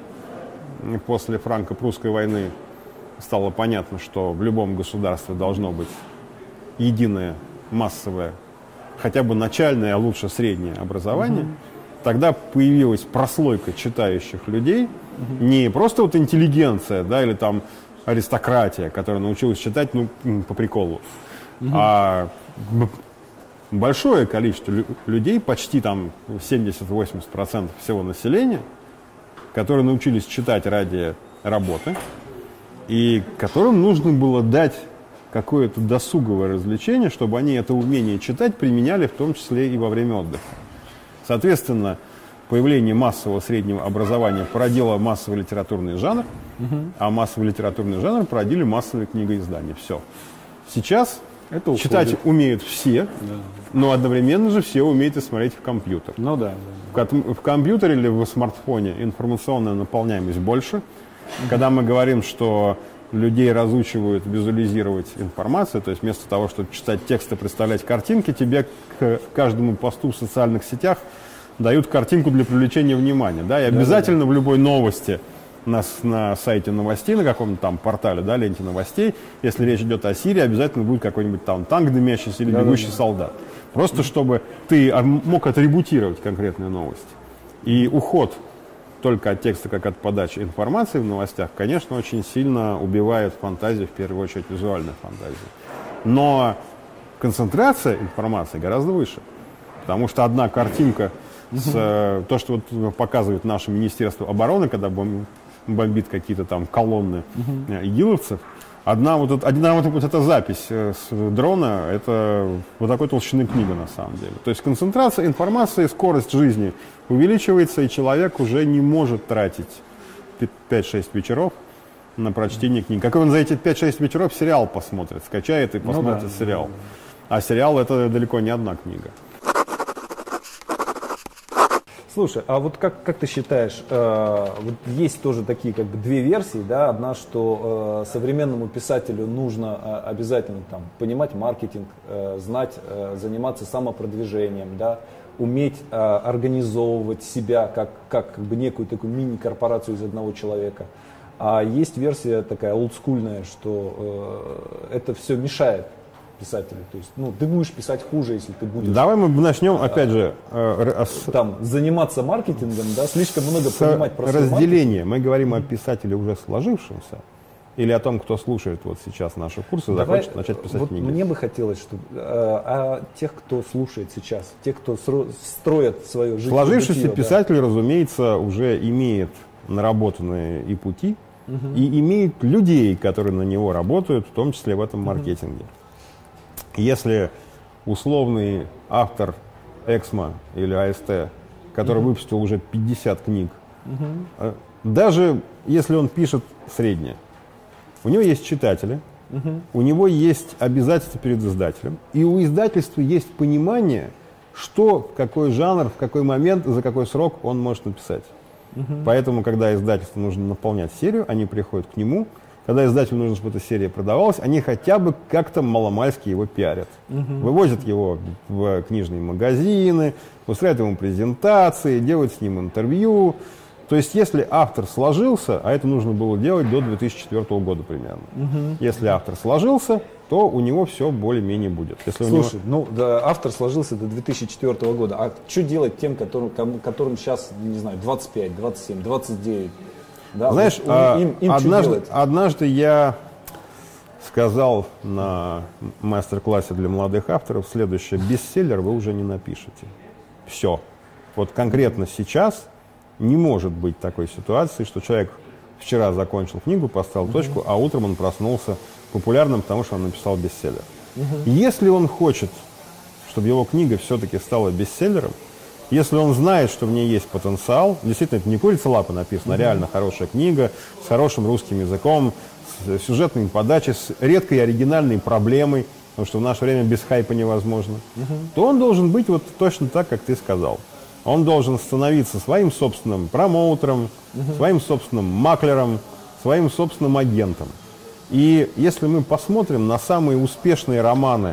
после франко-прусской войны стало понятно, что в любом государстве должно быть единое массовое, хотя бы начальное, а лучше среднее образование, угу. тогда появилась прослойка читающих людей, угу. не просто вот интеллигенция, да, или там аристократия, которая научилась читать, ну, по приколу, угу. а большое количество людей, почти там семьдесят-восемьдесят процентов всего населения, которые научились читать ради работы, и которым нужно было дать какое-то досуговое развлечение, чтобы они это умение читать применяли в том числе и во время отдыха. Соответственно, появление массового среднего образования породило массовый литературный жанр, угу. а массовый литературный жанр породили массовые книгоиздания. Все. Сейчас это читать умеют все, да. но одновременно же все умеют и смотреть в компьютер. Ну да. да. В, в компьютере или в смартфоне информационная наполняемость больше. Угу. Когда мы говорим, что людей разучивают визуализировать информацию, то есть вместо того, чтобы читать тексты, представлять картинки, тебе к каждому посту в социальных сетях дают картинку для привлечения внимания. Да? И обязательно да, да, да. в любой новости на, на сайте новостей, на каком-то там портале, да, ленте новостей, если речь идет о Сирии, обязательно будет какой-нибудь там танк дымящийся или да, бегущий да, да. солдат. Просто чтобы ты мог атрибутировать конкретную новость. И уход только от текста, как от подачи информации в новостях, конечно, очень сильно убивает фантазию, в первую очередь визуальную фантазию. Но концентрация информации гораздо выше. Потому что одна картинка, с, uh-huh. то, что вот показывает наше Министерство обороны, когда бомбит какие-то там колонны uh-huh. игиловцев, одна вот, одна вот, вот эта запись с дрона, это вот такой толщины книга на самом деле. То есть концентрация информации, скорость жизни увеличивается, и человек уже не может тратить пять-шесть вечеров на прочтение книг. Как он за эти пять-шесть вечеров сериал посмотрит, скачает и посмотрит ну, да, сериал. Да, да. А сериал это далеко не одна книга. Слушай, а вот как, как ты считаешь, э, вот есть тоже такие как бы две версии, да, одна, что э, современному писателю нужно э, обязательно там понимать маркетинг, э, знать, э, заниматься самопродвижением, да, уметь э, организовывать себя как, как, как бы некую такую мини-корпорацию из одного человека. А есть версия такая олдскульная, что э, это все мешает писателю. То есть, ну, ты будешь писать хуже, если ты будешь... Давай мы начнем, опять же... Э, там, заниматься маркетингом, да, слишком много понимать про разделение. Мы говорим о писателе уже сложившемся или о том, кто слушает вот сейчас наши курсы, Давай, захочет начать писать вот книги? Мне бы хотелось, чтобы... Э, о тех, кто слушает сейчас, тех, кто стро, строит свою жизнь. Сложившийся бытие, писатель, да. разумеется, уже имеет наработанные и пути, угу. и имеет людей, которые на него работают, в том числе в этом маркетинге. Угу. Если условный автор Эксмо или АСТ, который uh-huh. выпустил уже пятьдесят книг, uh-huh. даже если он пишет среднее, у него есть читатели, uh-huh. у него есть обязательства перед издателем, и у издательства есть понимание, что, какой жанр, в какой момент, за какой срок он может написать. Uh-huh. Поэтому, когда издательству нужно наполнять серию, они приходят к нему когда издателю нужно, чтобы эта серия продавалась, они хотя бы как-то маломальски его пиарят. Угу. Вывозят его в книжные магазины, устраивают ему презентации, делают с ним интервью. То есть, если автор сложился, а это нужно было делать до две тысячи четвёртого года примерно, угу. если автор сложился, то у него все более-менее будет. Если Слушай, у него... ну да, автор сложился до две тысячи четвёртого года. А что делать тем, которым, которым сейчас, не знаю, двадцать пять, двадцать семь, двадцать девять? Да, Знаешь, вот, а, им, им однажды, однажды я сказал на мастер-классе для молодых авторов следующее: бестселлер вы уже не напишете. Все. Вот конкретно сейчас не может быть такой ситуации, что человек вчера закончил книгу, поставил точку, а утром он проснулся популярным, потому что он написал бестселлер. Uh-huh. Если он хочет, чтобы его книга все-таки стала бестселлером, если он знает, что в ней есть потенциал, действительно, это не курица лапа написано, uh-huh. а реально хорошая книга, с хорошим русским языком, с сюжетной подачей, с редкой оригинальной проблемой, потому что в наше время без хайпа невозможно, uh-huh. то он должен быть вот точно так, как ты сказал. Он должен становиться своим собственным промоутером, uh-huh. своим собственным маклером, своим собственным агентом. И если мы посмотрим на самые успешные романы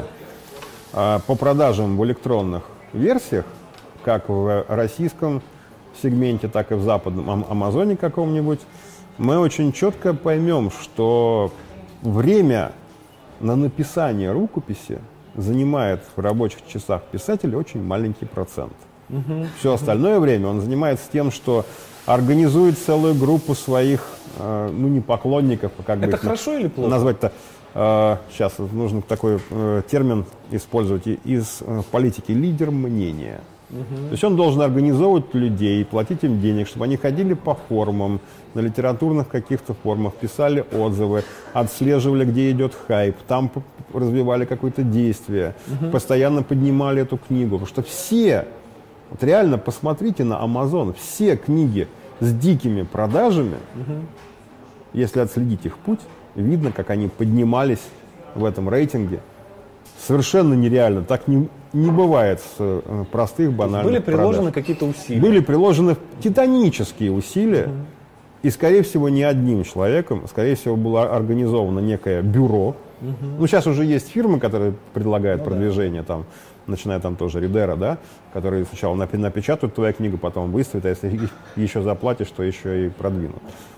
э, по продажам в электронных версиях, как в российском сегменте, так и в западном Амазоне каком-нибудь, мы очень четко поймем, что время на написание рукописи занимает в рабочих часах писателя очень маленький процент. Угу. Все остальное время он занимается тем, что организует целую группу своих, э, ну не поклонников, а как бы это хорошо или плохо? Назвать-то, э, сейчас нужно такой э, термин использовать из э, политики, лидер мнения. Угу. То есть он должен организовывать людей, платить им денег, чтобы они ходили по форумам, на литературных каких-то форумах, писали отзывы, отслеживали, где идет хайп, там развивали какое-то действие, угу. постоянно поднимали эту книгу. Потому что все, вот реально посмотрите на Amazon, все книги с дикими продажами, угу. если отследить их путь, видно, как они поднимались в этом рейтинге. Совершенно нереально. Так не, не бывает с э, простых, банальных Были приложены продаж. какие-то усилия? Были приложены титанические усилия. Угу. И, скорее всего, не одним человеком. Скорее всего, было организовано некое бюро. Угу. Ну, сейчас уже есть фирмы, которые предлагают ну, продвижение, да. там, начиная там тоже Ридера, да, которые сначала напечатают твою книгу, потом выставят, а если еще заплатишь, то еще и продвинут.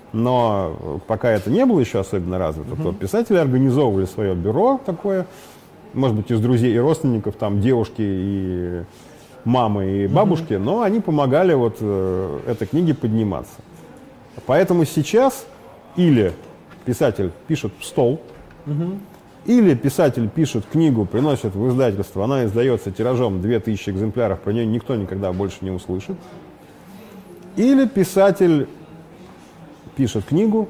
Но пока это не было еще особенно развито, угу. то писатели организовывали свое бюро такое, может быть, из друзей и родственников, там, девушки и мамы и бабушки, mm-hmm. но они помогали вот э, этой книге подниматься. Поэтому сейчас или писатель пишет в стол, mm-hmm. или писатель пишет книгу, приносит в издательство, она издается тиражом две тысячи экземпляров, про нее никто никогда больше не услышит. Или писатель пишет книгу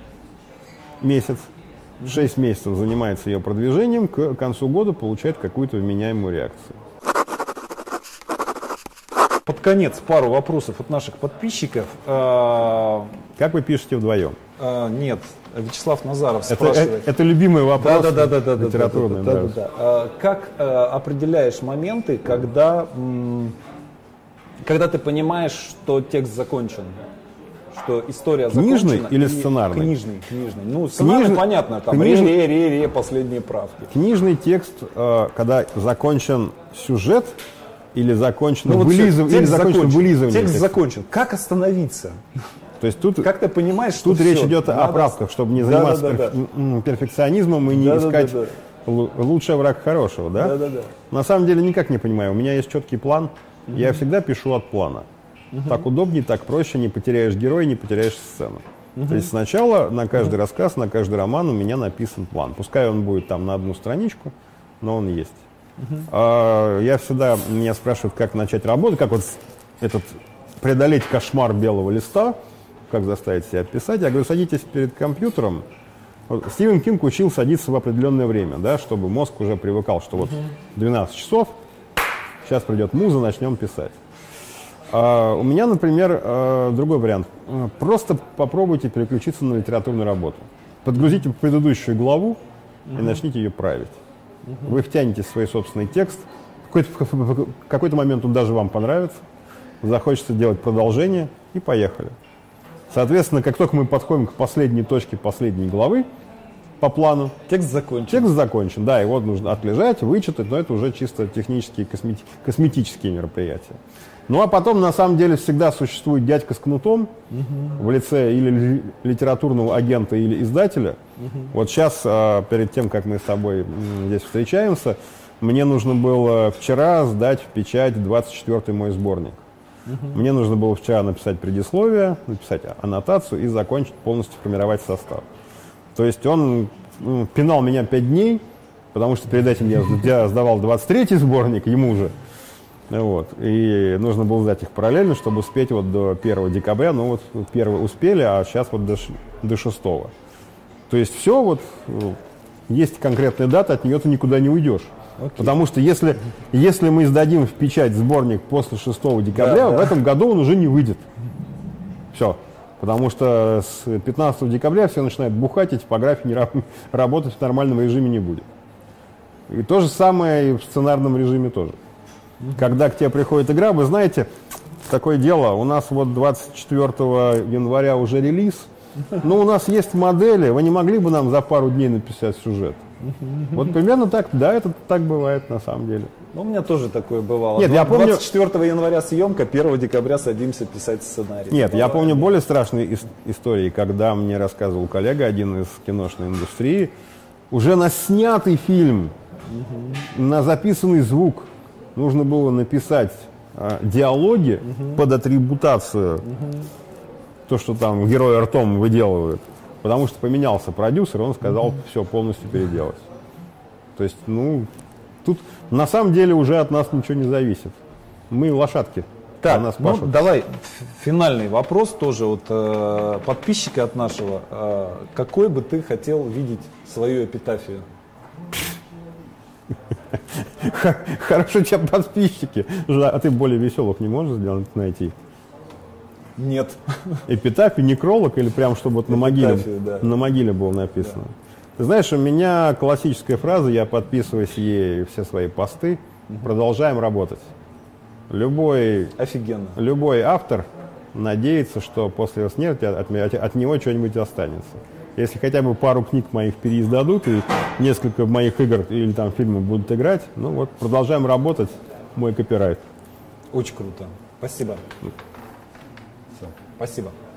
месяц, шесть месяцев занимается ее продвижением, к концу года получает какую-то вменяемую реакцию. Под конец пару вопросов от наших подписчиков. Как вы пишете вдвоем? Нет, Вячеслав Назаров это, спрашивает. Это, это любимый вопрос. Да, да, да, да, литературный. Да, да, да, да. Как определяешь моменты, когда, когда ты понимаешь, что текст закончен? Что история книжный закончена? Или сценарный? Книжный, книжный. Ну, сценарный, Книжный, понятно, там книжный, ре, ре, ре, последние правки. Книжный текст, когда закончен сюжет, или закончено ну, вот вылизыв... или закончен вылизывание. Текст закончен. Как остановиться? То есть тут, как ты понимаешь, что тут все, речь идет надо... о правках, чтобы не заниматься да, да, да, да. перфекционизмом и не да, искать да, да, да. лучший враг хорошего. Да? Да, да, да. На самом деле никак не понимаю. У меня есть четкий план. Угу. Я всегда пишу от плана. Угу. Так удобнее, так проще, не потеряешь героя, не потеряешь сцену. Угу. То есть сначала на каждый угу. рассказ, на каждый роман у меня написан план. Пускай он будет там на одну страничку, но он есть. Угу. А, я всегда, меня спрашивают, как начать работу, как вот этот преодолеть кошмар белого листа, как заставить себя писать. Я говорю, садитесь перед компьютером. Вот Стивен Кинг учил садиться в определенное время, да, чтобы мозг уже привыкал, что вот двенадцать часов, сейчас придет муза, начнем писать. Uh, у меня, например, uh, другой вариант. Uh, просто попробуйте переключиться на литературную работу. Подгрузите предыдущую главу uh-huh. и начните ее править. Uh-huh. Вы втянете свой собственный текст. В какой-то, в какой-то момент он даже вам понравится. Захочется делать продолжение и поехали. Соответственно, как только мы подходим к последней точке последней главы по плану, Текст закончен. текст закончен, да, его нужно отлежать, вычитать, но это уже чисто технические, космети- косметические мероприятия. Ну а потом, на самом деле, всегда существует дядька с кнутом угу. в лице или ли- литературного агента, или издателя. Угу. Вот сейчас, а, перед тем, как мы с тобой м, здесь встречаемся, мне нужно было вчера сдать в печать двадцать четвёртый мой сборник. Угу. Мне нужно было вчера написать предисловие, написать аннотацию и закончить, полностью формировать состав. То есть он ну, пинал меня пять дней, потому что перед этим я, я сдавал двадцать третий сборник, ему же. Вот. И нужно было сдать их параллельно, чтобы успеть вот до первого декабря. Ну вот первого успели, а сейчас вот до, до шестого. То есть все, вот есть конкретная дата, от нее ты никуда не уйдешь. Окей. Потому что если, если мы сдадим в печать сборник после шестого декабря, да, в да. этом году он уже не выйдет. Все. Потому что с пятнадцатого декабря все начинают бухать, и типография не раб- работать в нормальном режиме не будет. И то же самое и в сценарном режиме тоже. Mm-hmm. Когда к тебе приходит игра, вы знаете, такое дело, у нас вот двадцать четвёртого января уже релиз, но у нас есть модели, вы не могли бы нам за пару дней написать сюжет? Mm-hmm. Вот примерно так, да, это так бывает на самом деле. Ну, у меня тоже такое бывало. Нет, я помню... двадцать четвёртого января съемка, первого декабря садимся писать сценарий. Нет, я помню более страшные ис- истории, когда мне рассказывал коллега, один из киношной индустрии, уже на снятый фильм, угу. на записанный звук нужно было написать а, диалоги угу. под атрибутацию, угу. то, что там герои ртом выделывают, потому что поменялся продюсер, он сказал угу. все полностью переделать. То есть, ну... Тут на самом деле уже от нас ничего не зависит. Мы лошадки. Так, а нас ну, пашут. давай финальный вопрос тоже от э, подписчика от нашего. Э, какой бы ты хотел видеть свою эпитафию? Хорошо, у тебя подписчики. А ты более веселых не можешь сделать, найти? Нет. Эпитафию, некролог или прям, чтобы вот на могиле, да. на могиле было написано? Да. Ты знаешь, у меня классическая фраза, я подписываюсь ей все свои посты, угу. продолжаем работать. Любой, Офигенно. любой автор надеется, что после его смерти от, от, от него что-нибудь останется. Если хотя бы пару книг моих переиздадут и несколько моих игр или там фильмов будут играть, ну вот продолжаем работать, мой копирайт. Очень круто. Спасибо. Все. Спасибо.